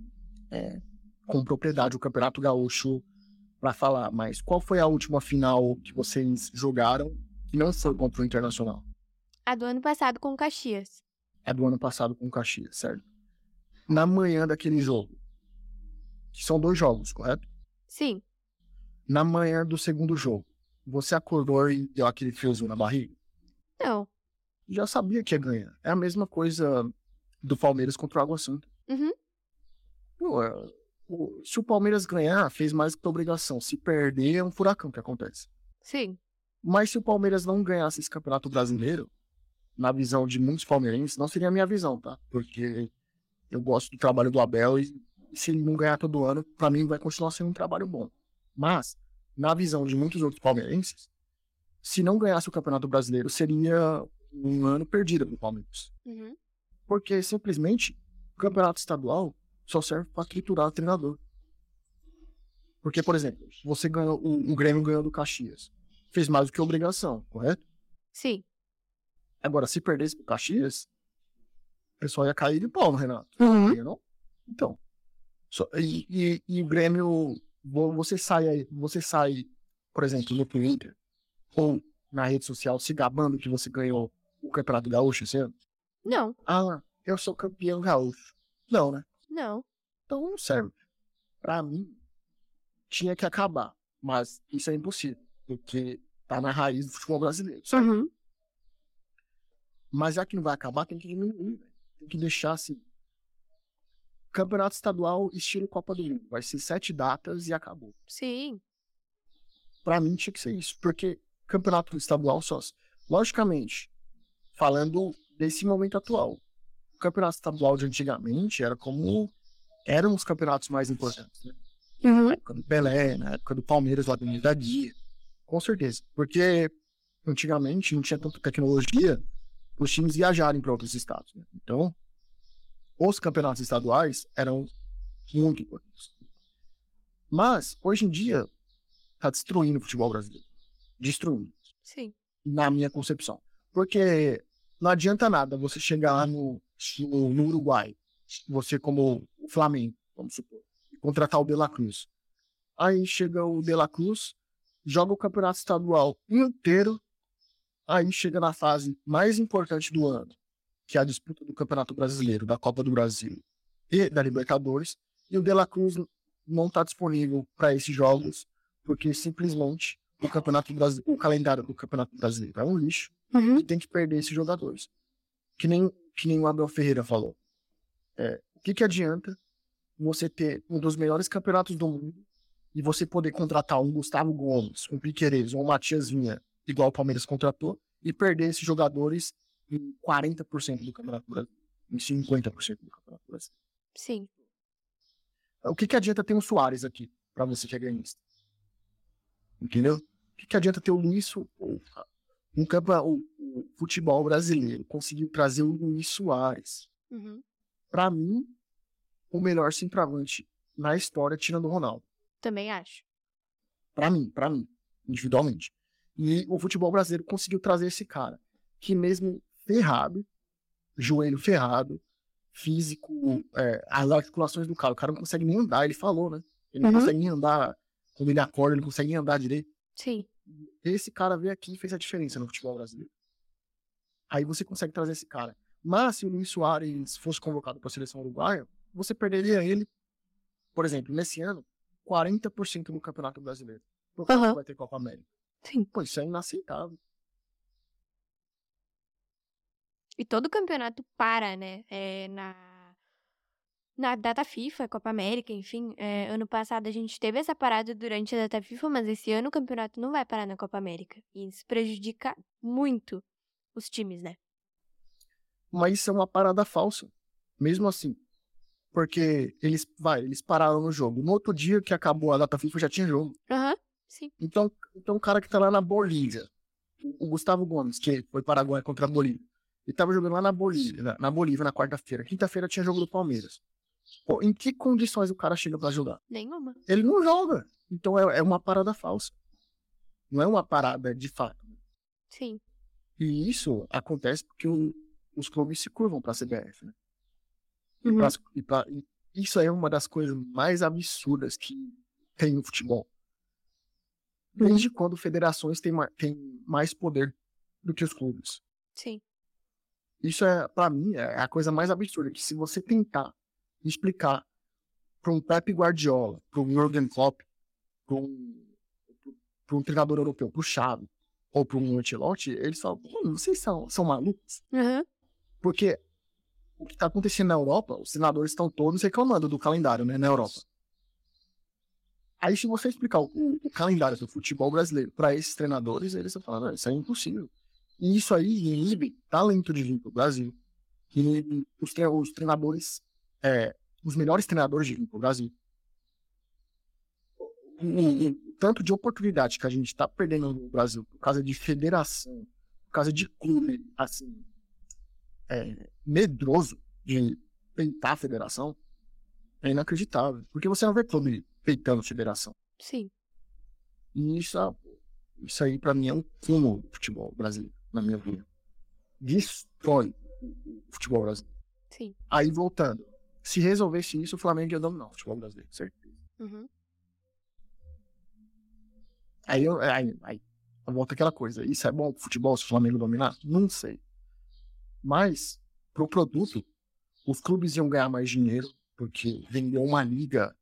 [SPEAKER 2] com propriedade o Campeonato Gaúcho pra falar. Mas qual foi a última final que vocês jogaram que não foi contra o Internacional?
[SPEAKER 1] A do ano passado com o Caxias.
[SPEAKER 2] É do ano passado com o Caxias, certo? Na manhã daquele jogo, que são 2 jogos, correto?
[SPEAKER 1] Sim.
[SPEAKER 2] Na manhã do segundo jogo, você acordou e deu aquele friozinho na barriga?
[SPEAKER 1] Não.
[SPEAKER 2] Já sabia que ia ganhar. É a mesma coisa do Palmeiras contra o Água Santa.
[SPEAKER 1] Uhum.
[SPEAKER 2] Pô, se o Palmeiras ganhar, fez mais que a obrigação. Se perder, é um furacão que acontece.
[SPEAKER 1] Sim.
[SPEAKER 2] Mas se o Palmeiras não ganhasse esse Campeonato Brasileiro, na visão de muitos palmeirenses, não seria a minha visão, tá? Porque eu gosto do trabalho do Abel e se ele não ganhar todo ano, pra mim vai continuar sendo um trabalho bom. Mas, na visão de muitos outros palmeirenses, se não ganhasse o Campeonato Brasileiro, seria um ano perdido pro Palmeiras.
[SPEAKER 1] Uhum.
[SPEAKER 2] Porque, simplesmente, campeonato estadual só serve para triturar o treinador. Porque, por exemplo, você ganhou, o Grêmio ganhou do Caxias. Fez mais do que obrigação, correto?
[SPEAKER 1] Sim.
[SPEAKER 2] Agora, se perdesse pro Caxias, o pessoal ia cair de pau no Renato.
[SPEAKER 1] Uhum.
[SPEAKER 2] Não? Então. E o Grêmio, você sai, por exemplo, no Twitter ou na rede social se gabando que você ganhou o Campeonato Gaúcho esse ano?
[SPEAKER 1] Não.
[SPEAKER 2] Ah, eu sou campeão gaúcho. Não, né?
[SPEAKER 1] Não.
[SPEAKER 2] Então não serve. Pra mim, tinha que acabar. Mas isso é impossível, porque tá na raiz do futebol brasileiro. Sabe?
[SPEAKER 1] Uhum.
[SPEAKER 2] Mas já que não vai acabar, tem que diminuir. Né? Tem que deixar assim. Campeonato estadual, estilo Copa do Mundo. Vai ser 7 datas e acabou.
[SPEAKER 1] Sim.
[SPEAKER 2] Pra mim tinha que ser isso. Porque campeonato estadual só. Logicamente, falando desse momento atual. O campeonato estadual de antigamente era como eram os campeonatos mais importantes. Né?
[SPEAKER 1] Uhum.
[SPEAKER 2] Na época do Pelé, na época do Palmeiras, lá do da Guia. Com certeza. Porque antigamente não tinha tanta tecnologia para os times viajarem para outros estados. Né? Então, os campeonatos estaduais eram muito importantes. Mas, hoje em dia, está destruindo o futebol brasileiro. Destruindo.
[SPEAKER 1] Sim.
[SPEAKER 2] Na minha concepção. Porque não adianta nada você chegar lá no Uruguai, você como o Flamengo, vamos supor, e contratar o De La Cruz. Aí chega o De La Cruz, joga o campeonato estadual inteiro, aí chega na fase mais importante do ano, que é a disputa do Campeonato Brasileiro, da Copa do Brasil e da Libertadores, e o De La Cruz não está disponível para esses jogos, porque simplesmente o calendário do Campeonato Brasileiro é um lixo,
[SPEAKER 1] Uhum.
[SPEAKER 2] e tem que perder esses jogadores. Que nem o Abel Ferreira falou. O que adianta você ter um dos melhores campeonatos do mundo e você poder contratar um Gustavo Gomes, um Piquerez ou um Matias Vinha, igual o Palmeiras contratou, e perder esses jogadores em 40% do Campeonato Brasileiro, em 50% do Campeonato Brasileiro.
[SPEAKER 1] Sim.
[SPEAKER 2] O que adianta ter um Suárez aqui, pra você que é gremista? Entendeu? O que adianta ter o Luiz, o futebol brasileiro conseguiu trazer o Luiz Suárez.
[SPEAKER 1] Uhum.
[SPEAKER 2] Pra mim, o melhor centroavante na história, tirando o Ronaldo.
[SPEAKER 1] Também acho.
[SPEAKER 2] Pra mim, individualmente. E o futebol brasileiro conseguiu trazer esse cara, que mesmo ferrado, joelho ferrado, físico, as articulações do cara, o cara não consegue nem andar, ele falou, né? Ele não consegue nem andar, quando ele acorda, ele não consegue nem andar direito.
[SPEAKER 1] Sim.
[SPEAKER 2] Esse cara veio aqui e fez a diferença no futebol brasileiro. Aí você consegue trazer esse cara. Mas se o Luiz Suárez fosse convocado para a seleção uruguaia, você perderia ele, por exemplo, nesse ano, 40% do Campeonato Brasileiro. Por causa que vai ter Copa América.
[SPEAKER 1] Sim.
[SPEAKER 2] Pô, isso é inaceitável.
[SPEAKER 1] E todo campeonato para, né? Na data FIFA, Copa América, enfim. Ano passado a gente teve essa parada durante a data FIFA, mas esse ano o campeonato não vai parar na Copa América. E isso prejudica muito os times, né?
[SPEAKER 2] Mas isso é uma parada falsa. Mesmo assim. Porque eles pararam no jogo. No outro dia que acabou a data FIFA já tinha jogo.
[SPEAKER 1] Aham, sim.
[SPEAKER 2] Então o cara que tá lá na Bolívia, o Gustavo Gomes, que foi Paraguai contra a Bolívia, ele tava jogando lá na Bolívia na quarta-feira. Quinta-feira tinha jogo do Palmeiras. Pô, em que condições o cara chega pra jogar?
[SPEAKER 1] Nenhuma.
[SPEAKER 2] Ele não joga. Então é uma parada falsa. Não é uma parada de fato.
[SPEAKER 1] Sim.
[SPEAKER 2] E isso acontece porque os clubes se curvam pra CBF, né?
[SPEAKER 1] Uhum.
[SPEAKER 2] E isso aí é uma das coisas mais absurdas que tem no futebol. Desde quando federações têm mais poder do que os clubes.
[SPEAKER 1] Sim.
[SPEAKER 2] Isso pra mim, é a coisa mais absurda. Que se você tentar explicar para um Pep Guardiola, para um Jürgen Klopp, para um treinador europeu, para o Xavi, ou para um Ancelotti, eles falam, vocês são malucos?
[SPEAKER 1] Uhum.
[SPEAKER 2] Porque o que está acontecendo na Europa, os treinadores estão todos reclamando do calendário, né, na Europa. Aí, se você explicar o calendário do futebol brasileiro para esses treinadores, eles estão falando, isso é impossível. E isso aí inibe talento de vir para o Brasil. E os treinadores, os melhores treinadores de vir para o Brasil. O tanto de oportunidade que a gente está perdendo no Brasil por causa de federação, por causa de clube, assim, medroso, de peitar a federação é inacreditável. Porque você não vê clube peitando a federação.
[SPEAKER 1] Sim.
[SPEAKER 2] E isso aí, pra mim, é um cúmulo do futebol brasileiro, na minha opinião. Destrói o futebol brasileiro.
[SPEAKER 1] Sim.
[SPEAKER 2] Aí, voltando. Se resolvesse isso, o Flamengo ia dominar o futebol brasileiro, certeza.
[SPEAKER 1] Uhum.
[SPEAKER 2] Aí volta aquela coisa. Isso é bom pro futebol se o Flamengo dominar? Não sei. Mas, pro produto, os clubes iam ganhar mais dinheiro, porque vender uma liga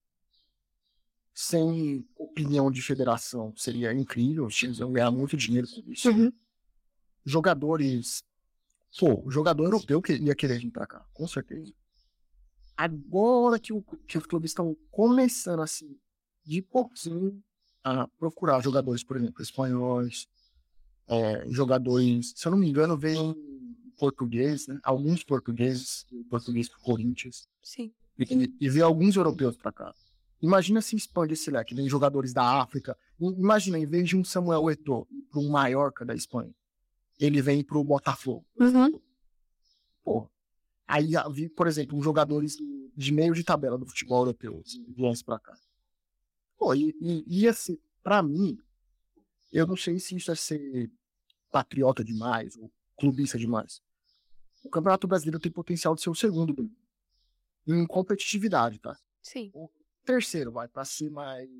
[SPEAKER 2] sem opinião de federação seria incrível. Os times iam ganhar muito dinheiro com isso.
[SPEAKER 1] Uhum.
[SPEAKER 2] Jogadores... Pô, o jogador europeu ia querer vir pra cá, com certeza. Agora que os clubes estão começando, assim, de pouquinho, a procurar jogadores, por exemplo, espanhóis, jogadores, se eu não me engano, veio português, né? Alguns português pro Corinthians.
[SPEAKER 1] Sim.
[SPEAKER 2] E veio alguns europeus pra cá. Imagina se expande esse leque, vem jogadores da África. Imagina, em vez de um Samuel Eto'o para um Mallorca da Espanha, ele vem pro Botafogo.
[SPEAKER 1] Uhum.
[SPEAKER 2] Pô. Aí, por exemplo, jogadores de meio de tabela do futebol europeu viessem pra cá. Pô, e assim, pra mim, eu não sei se isso é ser patriota demais ou clubista demais. O Campeonato Brasileiro tem potencial de ser o segundo do mundo. Em competitividade, tá?
[SPEAKER 1] Sim.
[SPEAKER 2] O terceiro vai pra ser mais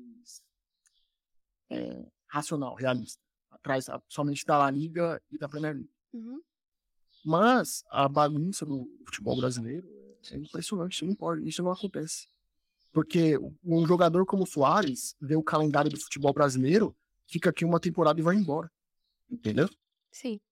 [SPEAKER 2] racional, realista. Atrás somente da La Liga e da Premier League.
[SPEAKER 1] Uhum.
[SPEAKER 2] Mas a bagunça do futebol brasileiro é impressionante. Isso não acontece. Porque um jogador como o Suárez vê o calendário do futebol brasileiro, fica aqui uma temporada e vai embora. Entendeu?
[SPEAKER 1] Sim.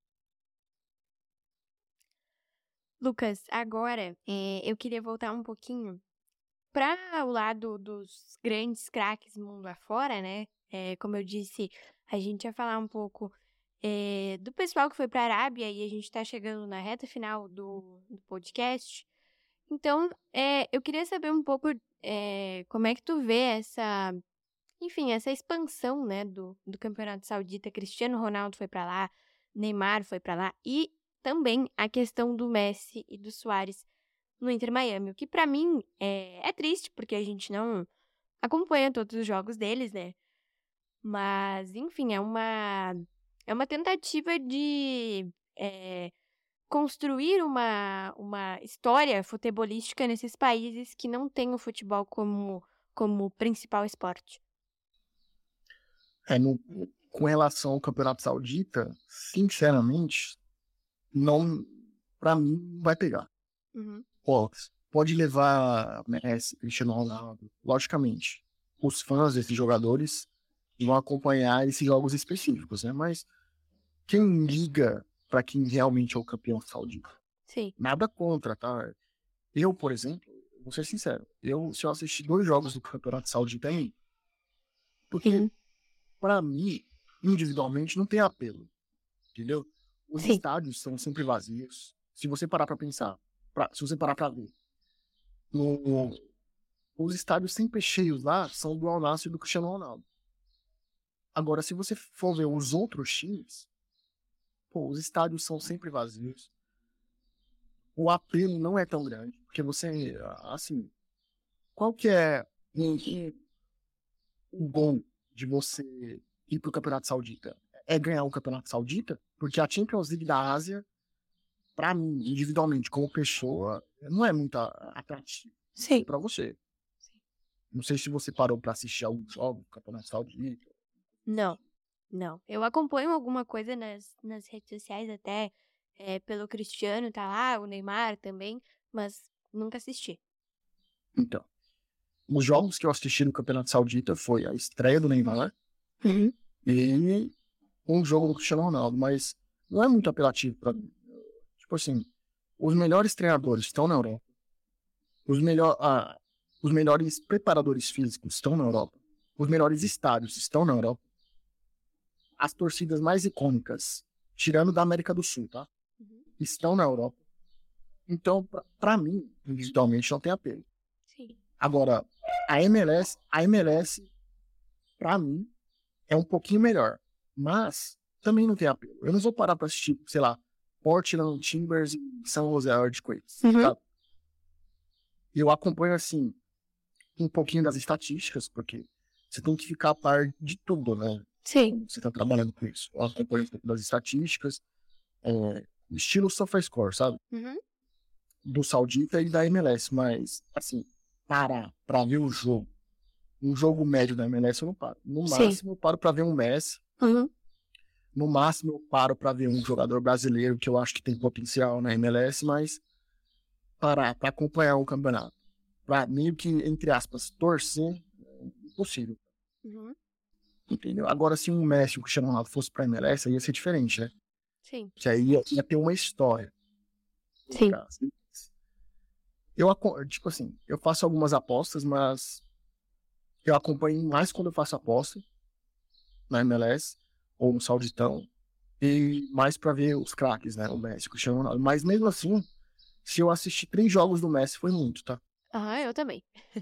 [SPEAKER 1] Lucas, agora eu queria voltar um pouquinho para o lado dos grandes craques mundo afora, né? Como eu disse, a gente ia falar um pouco do pessoal que foi para a Arábia e a gente está chegando na reta final do podcast. Então, eu queria saber um pouco como é que tu vê essa expansão, né, do Campeonato Saudita. Cristiano Ronaldo foi para lá, Neymar foi para lá e também a questão do Messi e do Suárez no Inter Miami, o que pra mim é triste, porque a gente não acompanha todos os jogos deles, né? Mas, enfim, é uma tentativa de construir uma história futebolística nesses países que não têm o futebol como principal esporte.
[SPEAKER 2] Com relação ao Campeonato Saudita, sinceramente, não, pra mim, não vai pegar.
[SPEAKER 1] Uhum.
[SPEAKER 2] Pode levar Messi, Cristiano Ronaldo, logicamente. Os fãs desses jogadores vão acompanhar esses jogos específicos, né? Mas quem liga pra quem realmente é o campeão saudita?
[SPEAKER 1] Sim.
[SPEAKER 2] Nada contra, tá? Eu, por exemplo, vou ser sincero, se eu assistir 2 jogos do Campeonato Saudita aí, porque pra mim, individualmente, não tem apelo, entendeu? Os estádios são sempre vazios. Se você parar pra pensar, se você parar pra ver, os estádios sempre cheios lá são do Al Nassr e do Cristiano Ronaldo. Agora, se você for ver os outros times, os estádios são sempre vazios. O apelo não é tão grande, porque você, assim, qual que é o bom de você ir pro Campeonato Saudita? É ganhar o Campeonato Saudita? Porque a Champions League da Ásia, pra mim, individualmente, como pessoa, não é muito atrativo.
[SPEAKER 1] Sim.
[SPEAKER 2] Pra você. Sim. Não sei se você parou pra assistir alguns jogos do Campeonato Saudita.
[SPEAKER 1] Não. Eu acompanho alguma coisa nas redes sociais até, pelo Cristiano, tá lá, o Neymar também, mas nunca assisti.
[SPEAKER 2] Então, os jogos que eu assisti no Campeonato Saudita foi a estreia do Neymar e um jogo do Cristiano Ronaldo, mas não é muito apelativo pra mim. Tipo assim, os melhores treinadores estão na Europa, os melhores preparadores físicos estão na Europa, os melhores estádios estão na Europa, as torcidas mais icônicas, tirando da América do Sul, tá? Estão na Europa. Então, pra mim, individualmente, não tem apelo.
[SPEAKER 1] Sim.
[SPEAKER 2] Agora, a MLS, pra mim, é um pouquinho melhor. Mas também não tem apelo. Eu não vou parar pra assistir, sei lá, Portland Timbers e San Jose Earthquakes. Tá? Eu acompanho, assim, um pouquinho das estatísticas, porque você tem que ficar a par de tudo, né?
[SPEAKER 1] Sim.
[SPEAKER 2] Você tá trabalhando com isso. Eu acompanho um pouco das estatísticas, estilo SofaScore, sabe?
[SPEAKER 1] Uhum.
[SPEAKER 2] Do Saudita e da MLS, mas, assim, parar pra ver o jogo, um jogo médio da MLS eu não paro. No
[SPEAKER 1] Sim.
[SPEAKER 2] máximo eu paro pra ver um Messi,
[SPEAKER 1] Uhum.
[SPEAKER 2] no máximo eu paro pra ver um jogador brasileiro que eu acho que tem potencial na MLS, mas parar pra acompanhar o campeonato, pra meio que, entre aspas, torcer, é impossível,
[SPEAKER 1] Uhum.
[SPEAKER 2] entendeu? Agora, se um Messi, o Cristiano Ronaldo fosse pra MLS, aí ia ser diferente, né?
[SPEAKER 1] Sim.
[SPEAKER 2] Que aí ia ter uma história.
[SPEAKER 1] Sim.
[SPEAKER 2] Tipo assim, eu faço algumas apostas, mas eu acompanho mais quando eu faço aposta na MLS ou no Sauditão e mais pra ver os craques, né? O Messi, o Cristiano Ronaldo. Mas mesmo assim, se eu assistir 3 jogos do Messi, foi muito, tá?
[SPEAKER 1] Aham, eu também.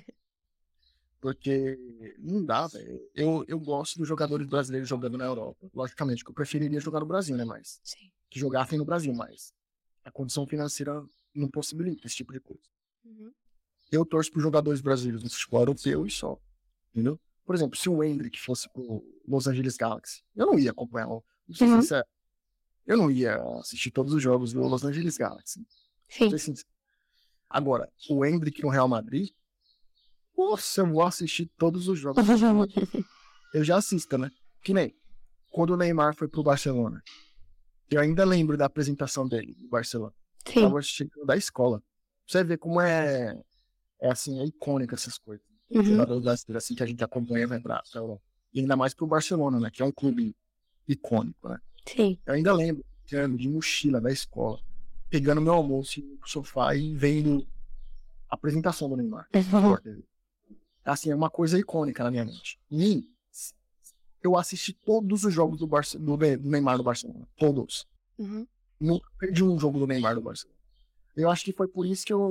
[SPEAKER 2] Porque não dá, velho. Eu gosto dos jogadores brasileiros jogando na Europa. Logicamente que eu preferiria jogar no Brasil, né? Mas
[SPEAKER 1] Sim.
[SPEAKER 2] que jogassem no Brasil, mas a condição financeira não possibilita esse tipo de coisa.
[SPEAKER 1] Uhum.
[SPEAKER 2] Eu torço para jogadores brasileiros no futebol europeu e só, entendeu? Por exemplo, se o Endrick fosse pro Los Angeles Galaxy, eu não ia acompanhar, vou ser
[SPEAKER 1] Uhum.
[SPEAKER 2] sincero. Eu não ia assistir todos os jogos do Los Angeles Galaxy.
[SPEAKER 1] Sim.
[SPEAKER 2] Vou ser sincero. Agora, o Endrick no Real Madrid, nossa, eu vou assistir todos os jogos. Eu já assisto, né? Que nem quando o Neymar foi pro Barcelona. Eu ainda lembro da apresentação dele no Barcelona. Eu
[SPEAKER 1] Sim.
[SPEAKER 2] tava chegando da escola. Pra você ver como é assim, é icônica essas coisas.
[SPEAKER 1] Uhum.
[SPEAKER 2] Jogador brasileiro assim que a gente acompanha vai pra Europa. E ainda mais pro Barcelona, né? Que é um clube icônico, né?
[SPEAKER 1] Sim.
[SPEAKER 2] Eu ainda lembro, de mochila da escola, pegando meu almoço no sofá e vendo a apresentação do Neymar.
[SPEAKER 1] Uhum.
[SPEAKER 2] Assim, é uma coisa icônica na minha mente. E eu assisti todos os jogos do Neymar do Barcelona. Todos.
[SPEAKER 1] Uhum.
[SPEAKER 2] Nunca perdi um jogo do Neymar do Barcelona. Eu acho que foi por isso que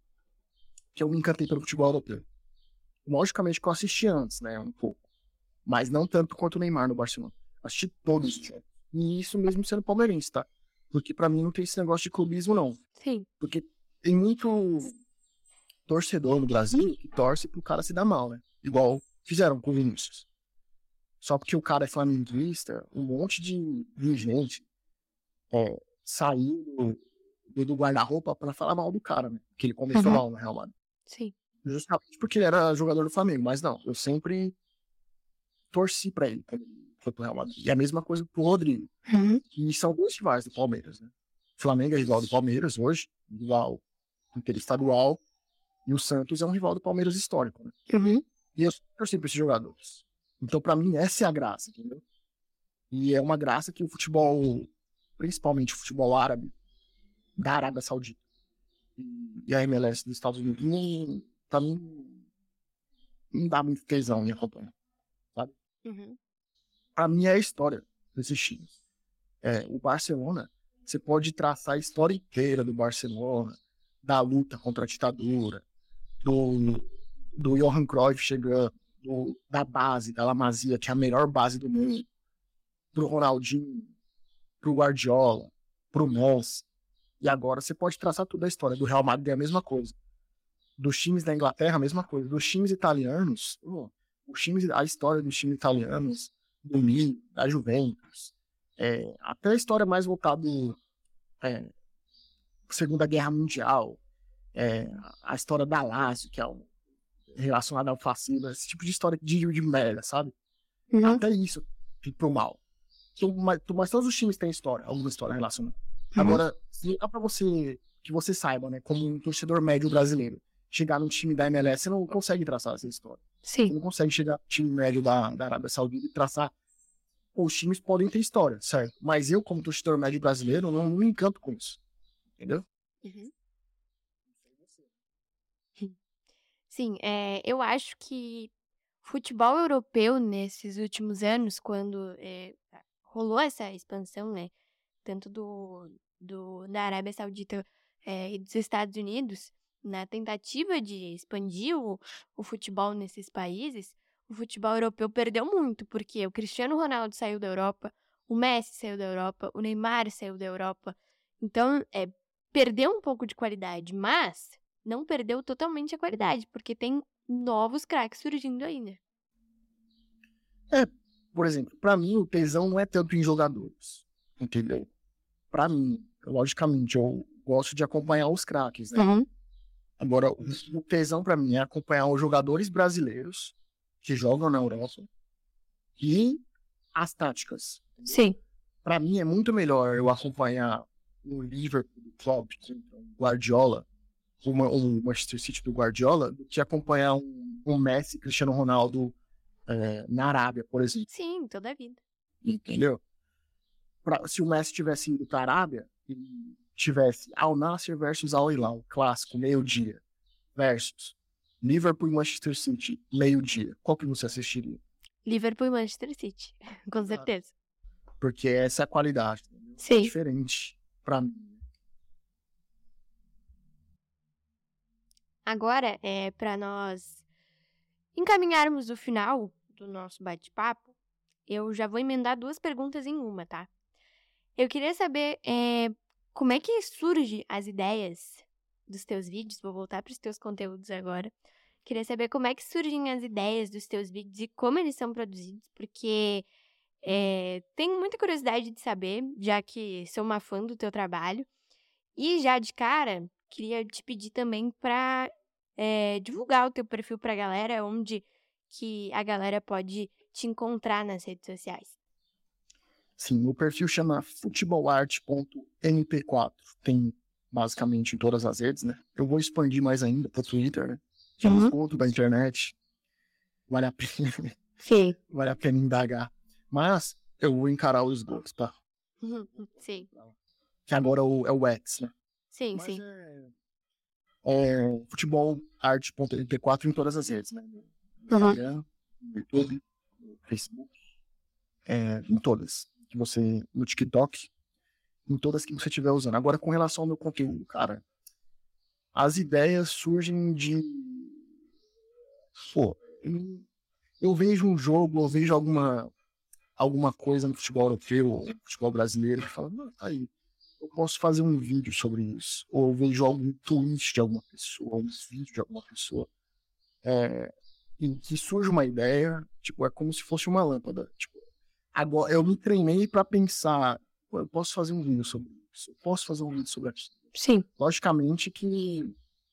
[SPEAKER 2] eu me encantei pelo futebol europeu. Logicamente que eu assisti antes, né? Um pouco. Mas não tanto quanto o Neymar no Barcelona. Assisti todos os jogos. E isso mesmo sendo palmeirense, tá? Porque pra mim não tem esse negócio de clubismo, não.
[SPEAKER 1] Sim.
[SPEAKER 2] Porque tem muito torcedor no Brasil que torce pro cara se dar mal, né? Igual fizeram com o Vinícius. Só porque o cara é flamenguista, um monte de gente saiu do guarda-roupa pra falar mal do cara, né? Que ele começou mal no Real Madrid.
[SPEAKER 1] Sim.
[SPEAKER 2] Justamente porque ele era jogador do Flamengo. Mas não, eu sempre torci pra ele quando ele foi pro Real Madrid. E a mesma coisa pro Rodrigo.
[SPEAKER 1] Uhum.
[SPEAKER 2] Que são dois rivais do Palmeiras, né? O Flamengo é rival do Palmeiras hoje, rival interestadual. E o Santos é um rival do Palmeiras histórico, né?
[SPEAKER 1] Uhum.
[SPEAKER 2] E eu torci pra esses jogadores. Então, pra mim, essa é a graça, entendeu? E é uma graça que o futebol, principalmente o futebol árabe, da Arábia Saudita e a MLS dos Estados Unidos, pra mim, não dá muito tesão em acompanhar, sabe?
[SPEAKER 1] Uhum.
[SPEAKER 2] Pra mim é a história desses times. O Barcelona, você pode traçar a história inteira do Barcelona, da luta contra a ditadura, do Johan Cruyff chegando, da base, da La Masia, que é a melhor base do mundo, pro Ronaldinho, pro Guardiola, pro Messi. E agora você pode traçar toda a história. Do Real Madrid é a mesma coisa. Dos times da Inglaterra, a mesma coisa. Dos times italianos, a história dos times italianos, do Milan, da Juventus, até a história mais voltada Segunda Guerra Mundial, a história da Lazio, que é relacionada ao fascismo, esse tipo de história de merda, sabe?
[SPEAKER 1] Uhum.
[SPEAKER 2] Até isso, pro mal. Mas todos os times têm história, alguma história relacionada.
[SPEAKER 1] Uhum.
[SPEAKER 2] Agora, se dá pra que você saiba, né, como um torcedor médio brasileiro, chegar num time da MLS, você não consegue traçar essa história.
[SPEAKER 1] Sim.
[SPEAKER 2] Você não consegue chegar no time médio da Arábia Saudita e traçar. Os times podem ter história, certo? Mas eu, como torcedor médio brasileiro, não me encanto com isso. Entendeu?
[SPEAKER 1] Uhum. Sim, eu acho que futebol europeu nesses últimos anos, quando rolou essa expansão, né, tanto da Arábia Saudita e dos Estados Unidos, na tentativa de expandir o futebol nesses países, o futebol europeu perdeu muito, porque o Cristiano Ronaldo saiu da Europa, o Messi saiu da Europa, o Neymar saiu da Europa, então perdeu um pouco de qualidade, mas não perdeu totalmente a qualidade, porque tem novos craques surgindo ainda.
[SPEAKER 2] Por exemplo, pra mim o tesão não é tanto em jogadores, entendeu? Pra mim, logicamente, eu gosto de acompanhar os craques, né? Agora, o tesão pra mim é acompanhar os jogadores brasileiros que jogam na Europa e as táticas.
[SPEAKER 1] Sim.
[SPEAKER 2] Pra mim é muito melhor eu acompanhar o Liverpool do Klopp, o Guardiola, o Manchester City do Guardiola, do que acompanhar um Messi, Cristiano Ronaldo na Arábia, por exemplo.
[SPEAKER 1] Sim, toda a vida.
[SPEAKER 2] Entendeu? Se o Messi tivesse ido para a Arábia e tivesse Al Nassr versus Al Hilal, clássico, meio-dia, versus Liverpool e Manchester City, meio-dia, qual que você assistiria?
[SPEAKER 1] Liverpool e Manchester City, com certeza.
[SPEAKER 2] Porque essa é a qualidade.
[SPEAKER 1] Sim.
[SPEAKER 2] É diferente para mim.
[SPEAKER 1] Agora, para nós encaminharmos o final do nosso bate-papo, eu já vou emendar 2 perguntas em uma, tá? Eu queria saber como é que surgem as ideias dos teus vídeos. Vou voltar para os teus conteúdos agora. Queria saber como é que surgem as ideias dos teus vídeos e como eles são produzidos, porque tenho muita curiosidade de saber, já que sou uma fã do teu trabalho. E já de cara, queria te pedir também para divulgar o teu perfil para a galera, onde que a galera pode te encontrar nas redes sociais.
[SPEAKER 2] Sim, o perfil chama futebolarte.mp4. Tem basicamente em todas as redes, né? Eu vou expandir mais ainda para o Twitter, né? Que é um ponto da internet. Vale a pena.
[SPEAKER 1] Sim.
[SPEAKER 2] Vale a pena indagar. Mas eu vou encarar os dois, tá?
[SPEAKER 1] Sim.
[SPEAKER 2] Que agora é o X, né?
[SPEAKER 1] Sim,
[SPEAKER 2] mas
[SPEAKER 1] sim.
[SPEAKER 2] futebolarte.mp4 em todas as redes, né? No Instagram, no YouTube, no Facebook, em todas. No TikTok, em todas que você estiver usando. Agora, com relação ao meu conteúdo, cara, as ideias surgem de... eu vejo um jogo, eu vejo alguma coisa no futebol europeu, no futebol brasileiro, que fala, não, tá aí, eu posso fazer um vídeo sobre isso. Ou eu vejo algum tweet de alguma pessoa, um vídeo de alguma pessoa, em que surge uma ideia, tipo, é como se fosse uma lâmpada. Tipo, agora eu me treinei pra pensar, eu posso fazer um vídeo sobre isso, eu posso fazer um vídeo sobre aquilo.
[SPEAKER 1] Sim.
[SPEAKER 2] Logicamente que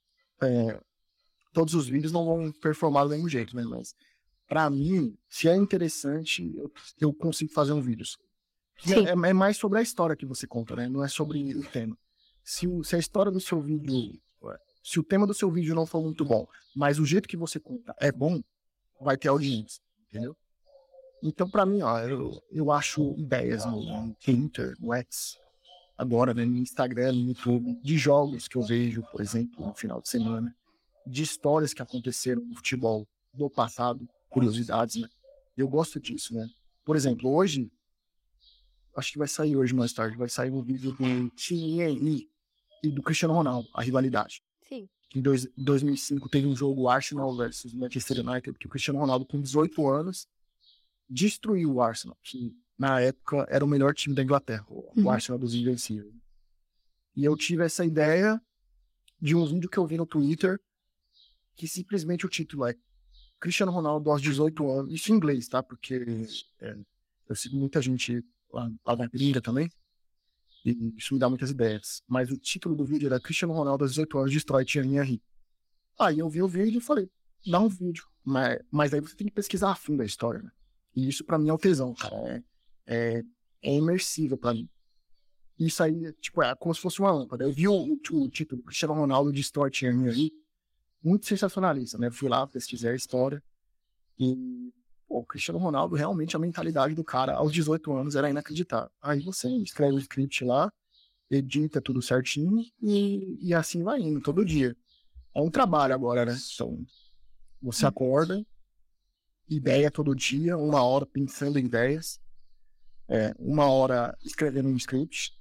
[SPEAKER 2] todos os vídeos não vão performar do mesmo jeito, né? Mas pra mim, se é interessante, eu consigo fazer um vídeo. É mais sobre a história que você conta, né? Não é sobre o tema. Se a história do seu vídeo... Se o tema do seu vídeo não for muito bom, mas o jeito que você conta é bom, vai ter audiência, entendeu? Então, pra mim, ó, eu acho ideias no Twitter, no X, agora, né, no Instagram, no YouTube, de jogos que eu vejo, por exemplo, no final de semana, de histórias que aconteceram no futebol do passado, curiosidades, né? Eu gosto disso, né? Por exemplo, hoje, acho que vai sair hoje mais tarde, vai sair um vídeo do Thierry e do Cristiano Ronaldo, a rivalidade.
[SPEAKER 1] Sim.
[SPEAKER 2] Em 2005 teve um jogo Arsenal versus Manchester United, que o Cristiano Ronaldo, com 18 anos, destruiu o Arsenal, que na época era o melhor time da Inglaterra, o Arsenal dos Invencíveis. E eu tive essa ideia de um vídeo que eu vi no Twitter, que simplesmente o título é Cristiano Ronaldo aos 18 anos, isso em inglês, tá? Porque eu sigo muita gente lá na gringa também, e isso me dá muitas ideias. Mas o título do vídeo era Cristiano Ronaldo aos 18 anos destrói Thierry Henry. Aí eu vi o vídeo e falei, dá um vídeo. Mas aí você tem que pesquisar a fundo a história, né? E isso pra mim é o tesão, cara. É imersível pra mim. Isso aí, tipo, é como se fosse uma lâmpada. Eu vi o título, Cristiano Ronaldo destrói Thierry Henry, muito sensacionalista, né? Fui lá, pesquisei a história. E o Cristiano Ronaldo, realmente, a mentalidade do cara aos 18 anos era inacreditável. Aí você escreve o script lá, edita tudo certinho e assim vai indo, todo dia. É um trabalho agora, né? Então, você acorda, ideia todo dia, 1 hora pensando em ideias, 1 hora escrevendo um script,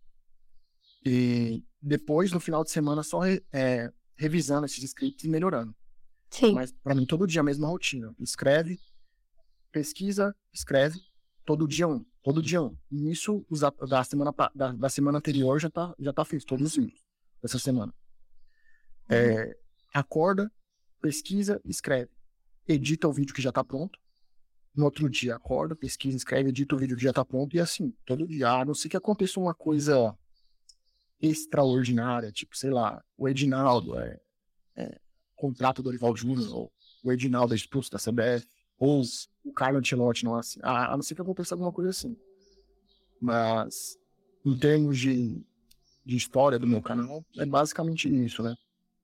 [SPEAKER 2] e depois, no final de semana, só revisando esses scripts e melhorando.
[SPEAKER 1] Sim.
[SPEAKER 2] Mas pra mim, todo dia a mesma rotina. Escreve, pesquisa, escreve, todo dia um. E isso da semana anterior já tá feito, todos os vídeos dessa semana. Acorda, pesquisa, escreve. Edita o vídeo que já tá pronto. No outro dia, acorda, pesquisa, escreve, edita o vídeo que já tá pronto. E assim, todo dia, a não ser que aconteça uma coisa extraordinária, tipo, sei lá, o Edinaldo contrato do Dorival Júnior, ou o Edinaldo é expulso da CBF, ou o Carlo Ancelotti não assim, a não ser que aconteça alguma coisa assim. Mas, em termos de história do meu canal, é basicamente isso, né?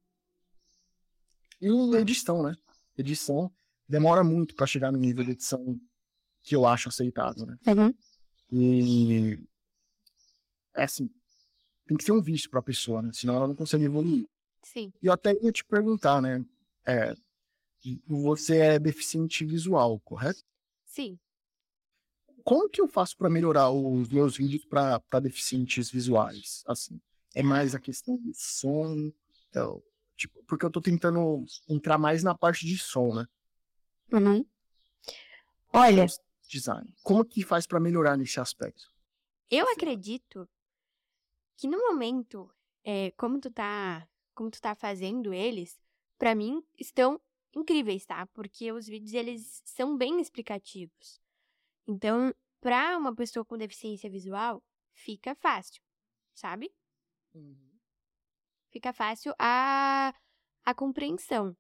[SPEAKER 2] E edição, né? Edição demora muito pra chegar no nível de edição que eu acho aceitável, né? E, assim, tem que ser um vício pra pessoa, né? Senão ela não consegue evoluir.
[SPEAKER 1] Sim.
[SPEAKER 2] E eu até ia te perguntar, né? Você é deficiente visual, correto?
[SPEAKER 1] Sim.
[SPEAKER 2] Como que eu faço para melhorar os meus vídeos para deficientes visuais? Assim, é mais a questão do som, tipo, porque eu tô tentando entrar mais na parte de som, né?
[SPEAKER 1] Olha,
[SPEAKER 2] Design. Como que faz para melhorar nesse aspecto?
[SPEAKER 1] eu acredito que no momento, como tu tá fazendo eles, pra mim estão incríveis, tá? Porque os vídeos, eles são bem explicativos. Então, pra uma pessoa com deficiência visual, fica fácil, sabe? Fica fácil a compreensão.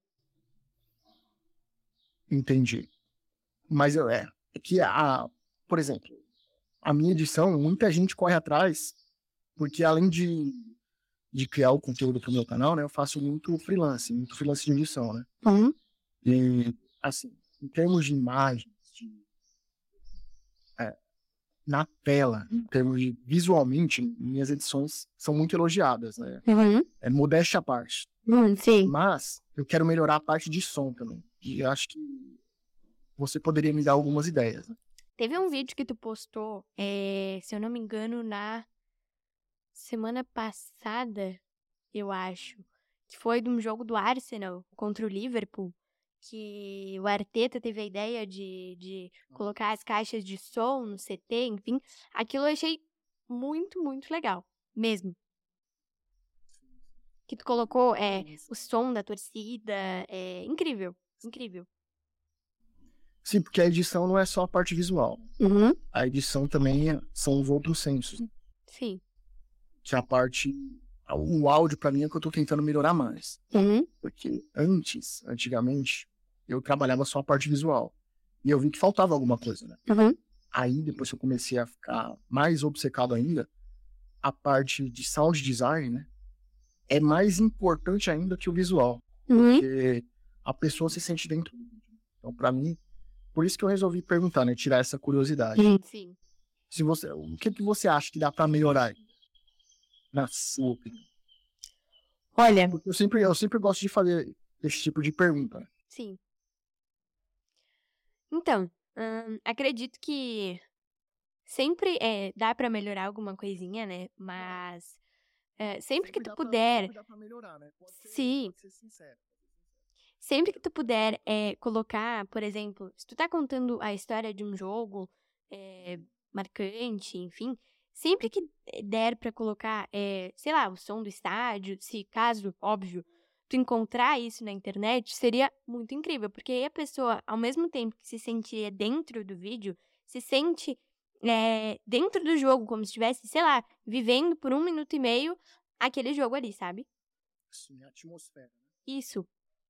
[SPEAKER 2] Entendi. Mas que por exemplo, a minha edição, muita gente corre atrás, porque além de criar o conteúdo pro meu canal, né, eu faço muito freelance de edição, né? E, assim, em termos de imagens, na tela, em termos de visualmente, minhas edições são muito elogiadas, né? É modéstia à parte.
[SPEAKER 1] Sim.
[SPEAKER 2] Mas eu quero melhorar a parte de som também. E eu acho que você poderia me dar algumas ideias, né?
[SPEAKER 1] Teve um vídeo que tu postou, se eu não me engano, na semana passada, eu acho, que foi de um jogo do Arsenal contra o Liverpool, que o Arteta teve a ideia de colocar as caixas de som no CT, enfim. Aquilo eu achei muito, muito legal, mesmo. Que tu colocou o som da torcida, incrível, incrível.
[SPEAKER 2] Sim, porque a edição não é só a parte visual. A edição também são os outros sensos.
[SPEAKER 1] Sim.
[SPEAKER 2] Que a parte... O áudio, pra mim, é que eu tô tentando melhorar mais. Porque antigamente, eu trabalhava só a parte visual. E eu vi que faltava alguma coisa, né? Aí, depois que eu comecei a ficar mais obcecado ainda, a parte de sound design, né? É mais importante ainda que o visual. Porque a pessoa se sente dentro do vídeo. Então, pra mim, por isso que eu resolvi perguntar, né? Tirar essa curiosidade.
[SPEAKER 1] Sim.
[SPEAKER 2] O que você acha que dá pra melhorar, na sua opinião?
[SPEAKER 1] Olha,
[SPEAKER 2] porque eu sempre gosto de fazer esse tipo de pergunta.
[SPEAKER 1] Sim. Então, acredito que sempre dá pra melhorar alguma coisinha, né? Mas sempre que tu puder,
[SPEAKER 2] Dá pra melhorar, né?
[SPEAKER 1] sim,
[SPEAKER 2] Pode ser sincero.
[SPEAKER 1] sempre que tu puder colocar, por exemplo, se tu tá contando a história de um jogo marcante, enfim, sempre que der pra colocar, sei lá, o som do estádio, se caso, óbvio, tu encontrar isso na internet, seria muito incrível, porque aí a pessoa, ao mesmo tempo que se sentia dentro do vídeo, se sente dentro do jogo, como se estivesse, sei lá, vivendo por 1 minuto e meio aquele jogo ali, sabe?
[SPEAKER 2] Sim, a atmosfera, né?
[SPEAKER 1] Isso.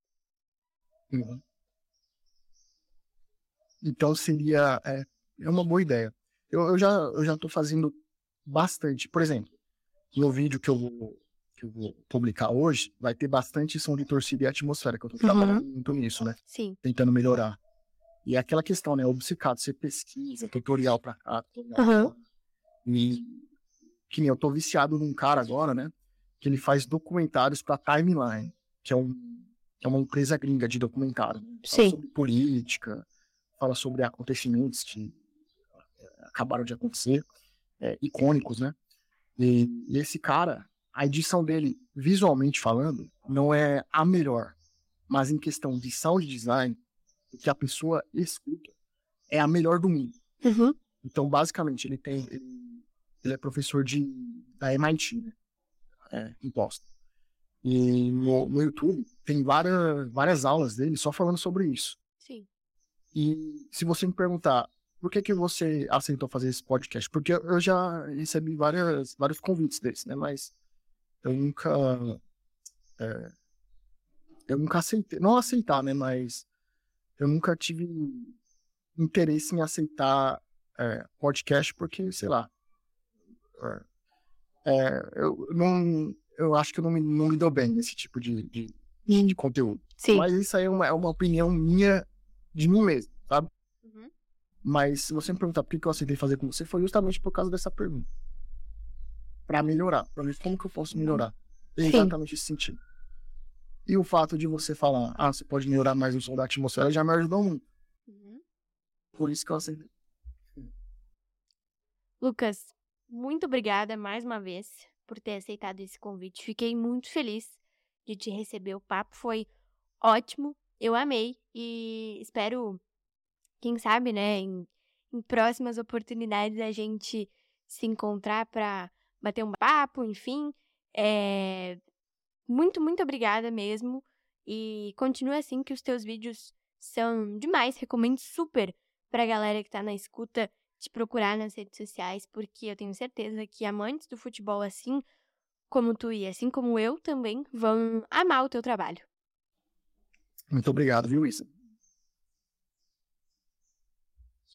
[SPEAKER 2] Então seria uma boa ideia. Eu já tô fazendo bastante. Por exemplo, no vídeo que eu vou publicar hoje, vai ter bastante som de torcida e atmosfera, que eu tô trabalhando muito nisso, né?
[SPEAKER 1] Sim.
[SPEAKER 2] Tentando melhorar. E é aquela questão, né? Obcecado, você pesquisa, tutorial pra cá, tutorial pra lá. E que nem eu tô viciado num cara agora, né? Que ele faz documentários pra Timeline, que é uma empresa gringa de documentário. Fala
[SPEAKER 1] Sim.
[SPEAKER 2] sobre política, fala sobre acontecimentos que acabaram de acontecer, icônicos, né? E esse cara, a edição dele, visualmente falando, não é a melhor, mas em questão de sound design, o que a pessoa escuta é a melhor do mundo. Então, basicamente, ele é professor da MIT, né? Em Boston. E no YouTube tem várias aulas dele só falando sobre isso.
[SPEAKER 1] Sim.
[SPEAKER 2] E se você me perguntar por que você aceitou fazer esse podcast? Porque eu já recebi vários convites desses, né? Mas eu nunca aceitei, não aceitar, né? Mas eu nunca tive interesse em aceitar podcast porque, sei lá, eu acho que eu não me dou bem nesse tipo de conteúdo.
[SPEAKER 1] Sim.
[SPEAKER 2] Mas isso aí é uma opinião minha de mim mesmo, sabe?
[SPEAKER 1] Uhum.
[SPEAKER 2] Mas se você me perguntar por que eu aceitei fazer com você, foi justamente por causa dessa pergunta. Pra melhorar, pra ver como que eu posso melhorar. É exatamente esse sentido. E o fato de você falar, você pode melhorar mais o som da atmosfera, já me ajudou muito.
[SPEAKER 1] Uhum.
[SPEAKER 2] Por isso que eu aceitei.
[SPEAKER 1] Lucas, muito obrigada mais uma vez por ter aceitado esse convite. Fiquei muito feliz de te receber. O papo foi ótimo, eu amei e espero, quem sabe, né, em próximas oportunidades a gente se encontrar para bater um papo, enfim. Muito, muito obrigada mesmo e continua assim que os teus vídeos são demais. Recomendo super pra galera que tá na escuta te procurar nas redes sociais, porque eu tenho certeza que amantes do futebol assim como tu e assim como eu também vão amar o teu trabalho.
[SPEAKER 2] Muito obrigado, viu, Isa?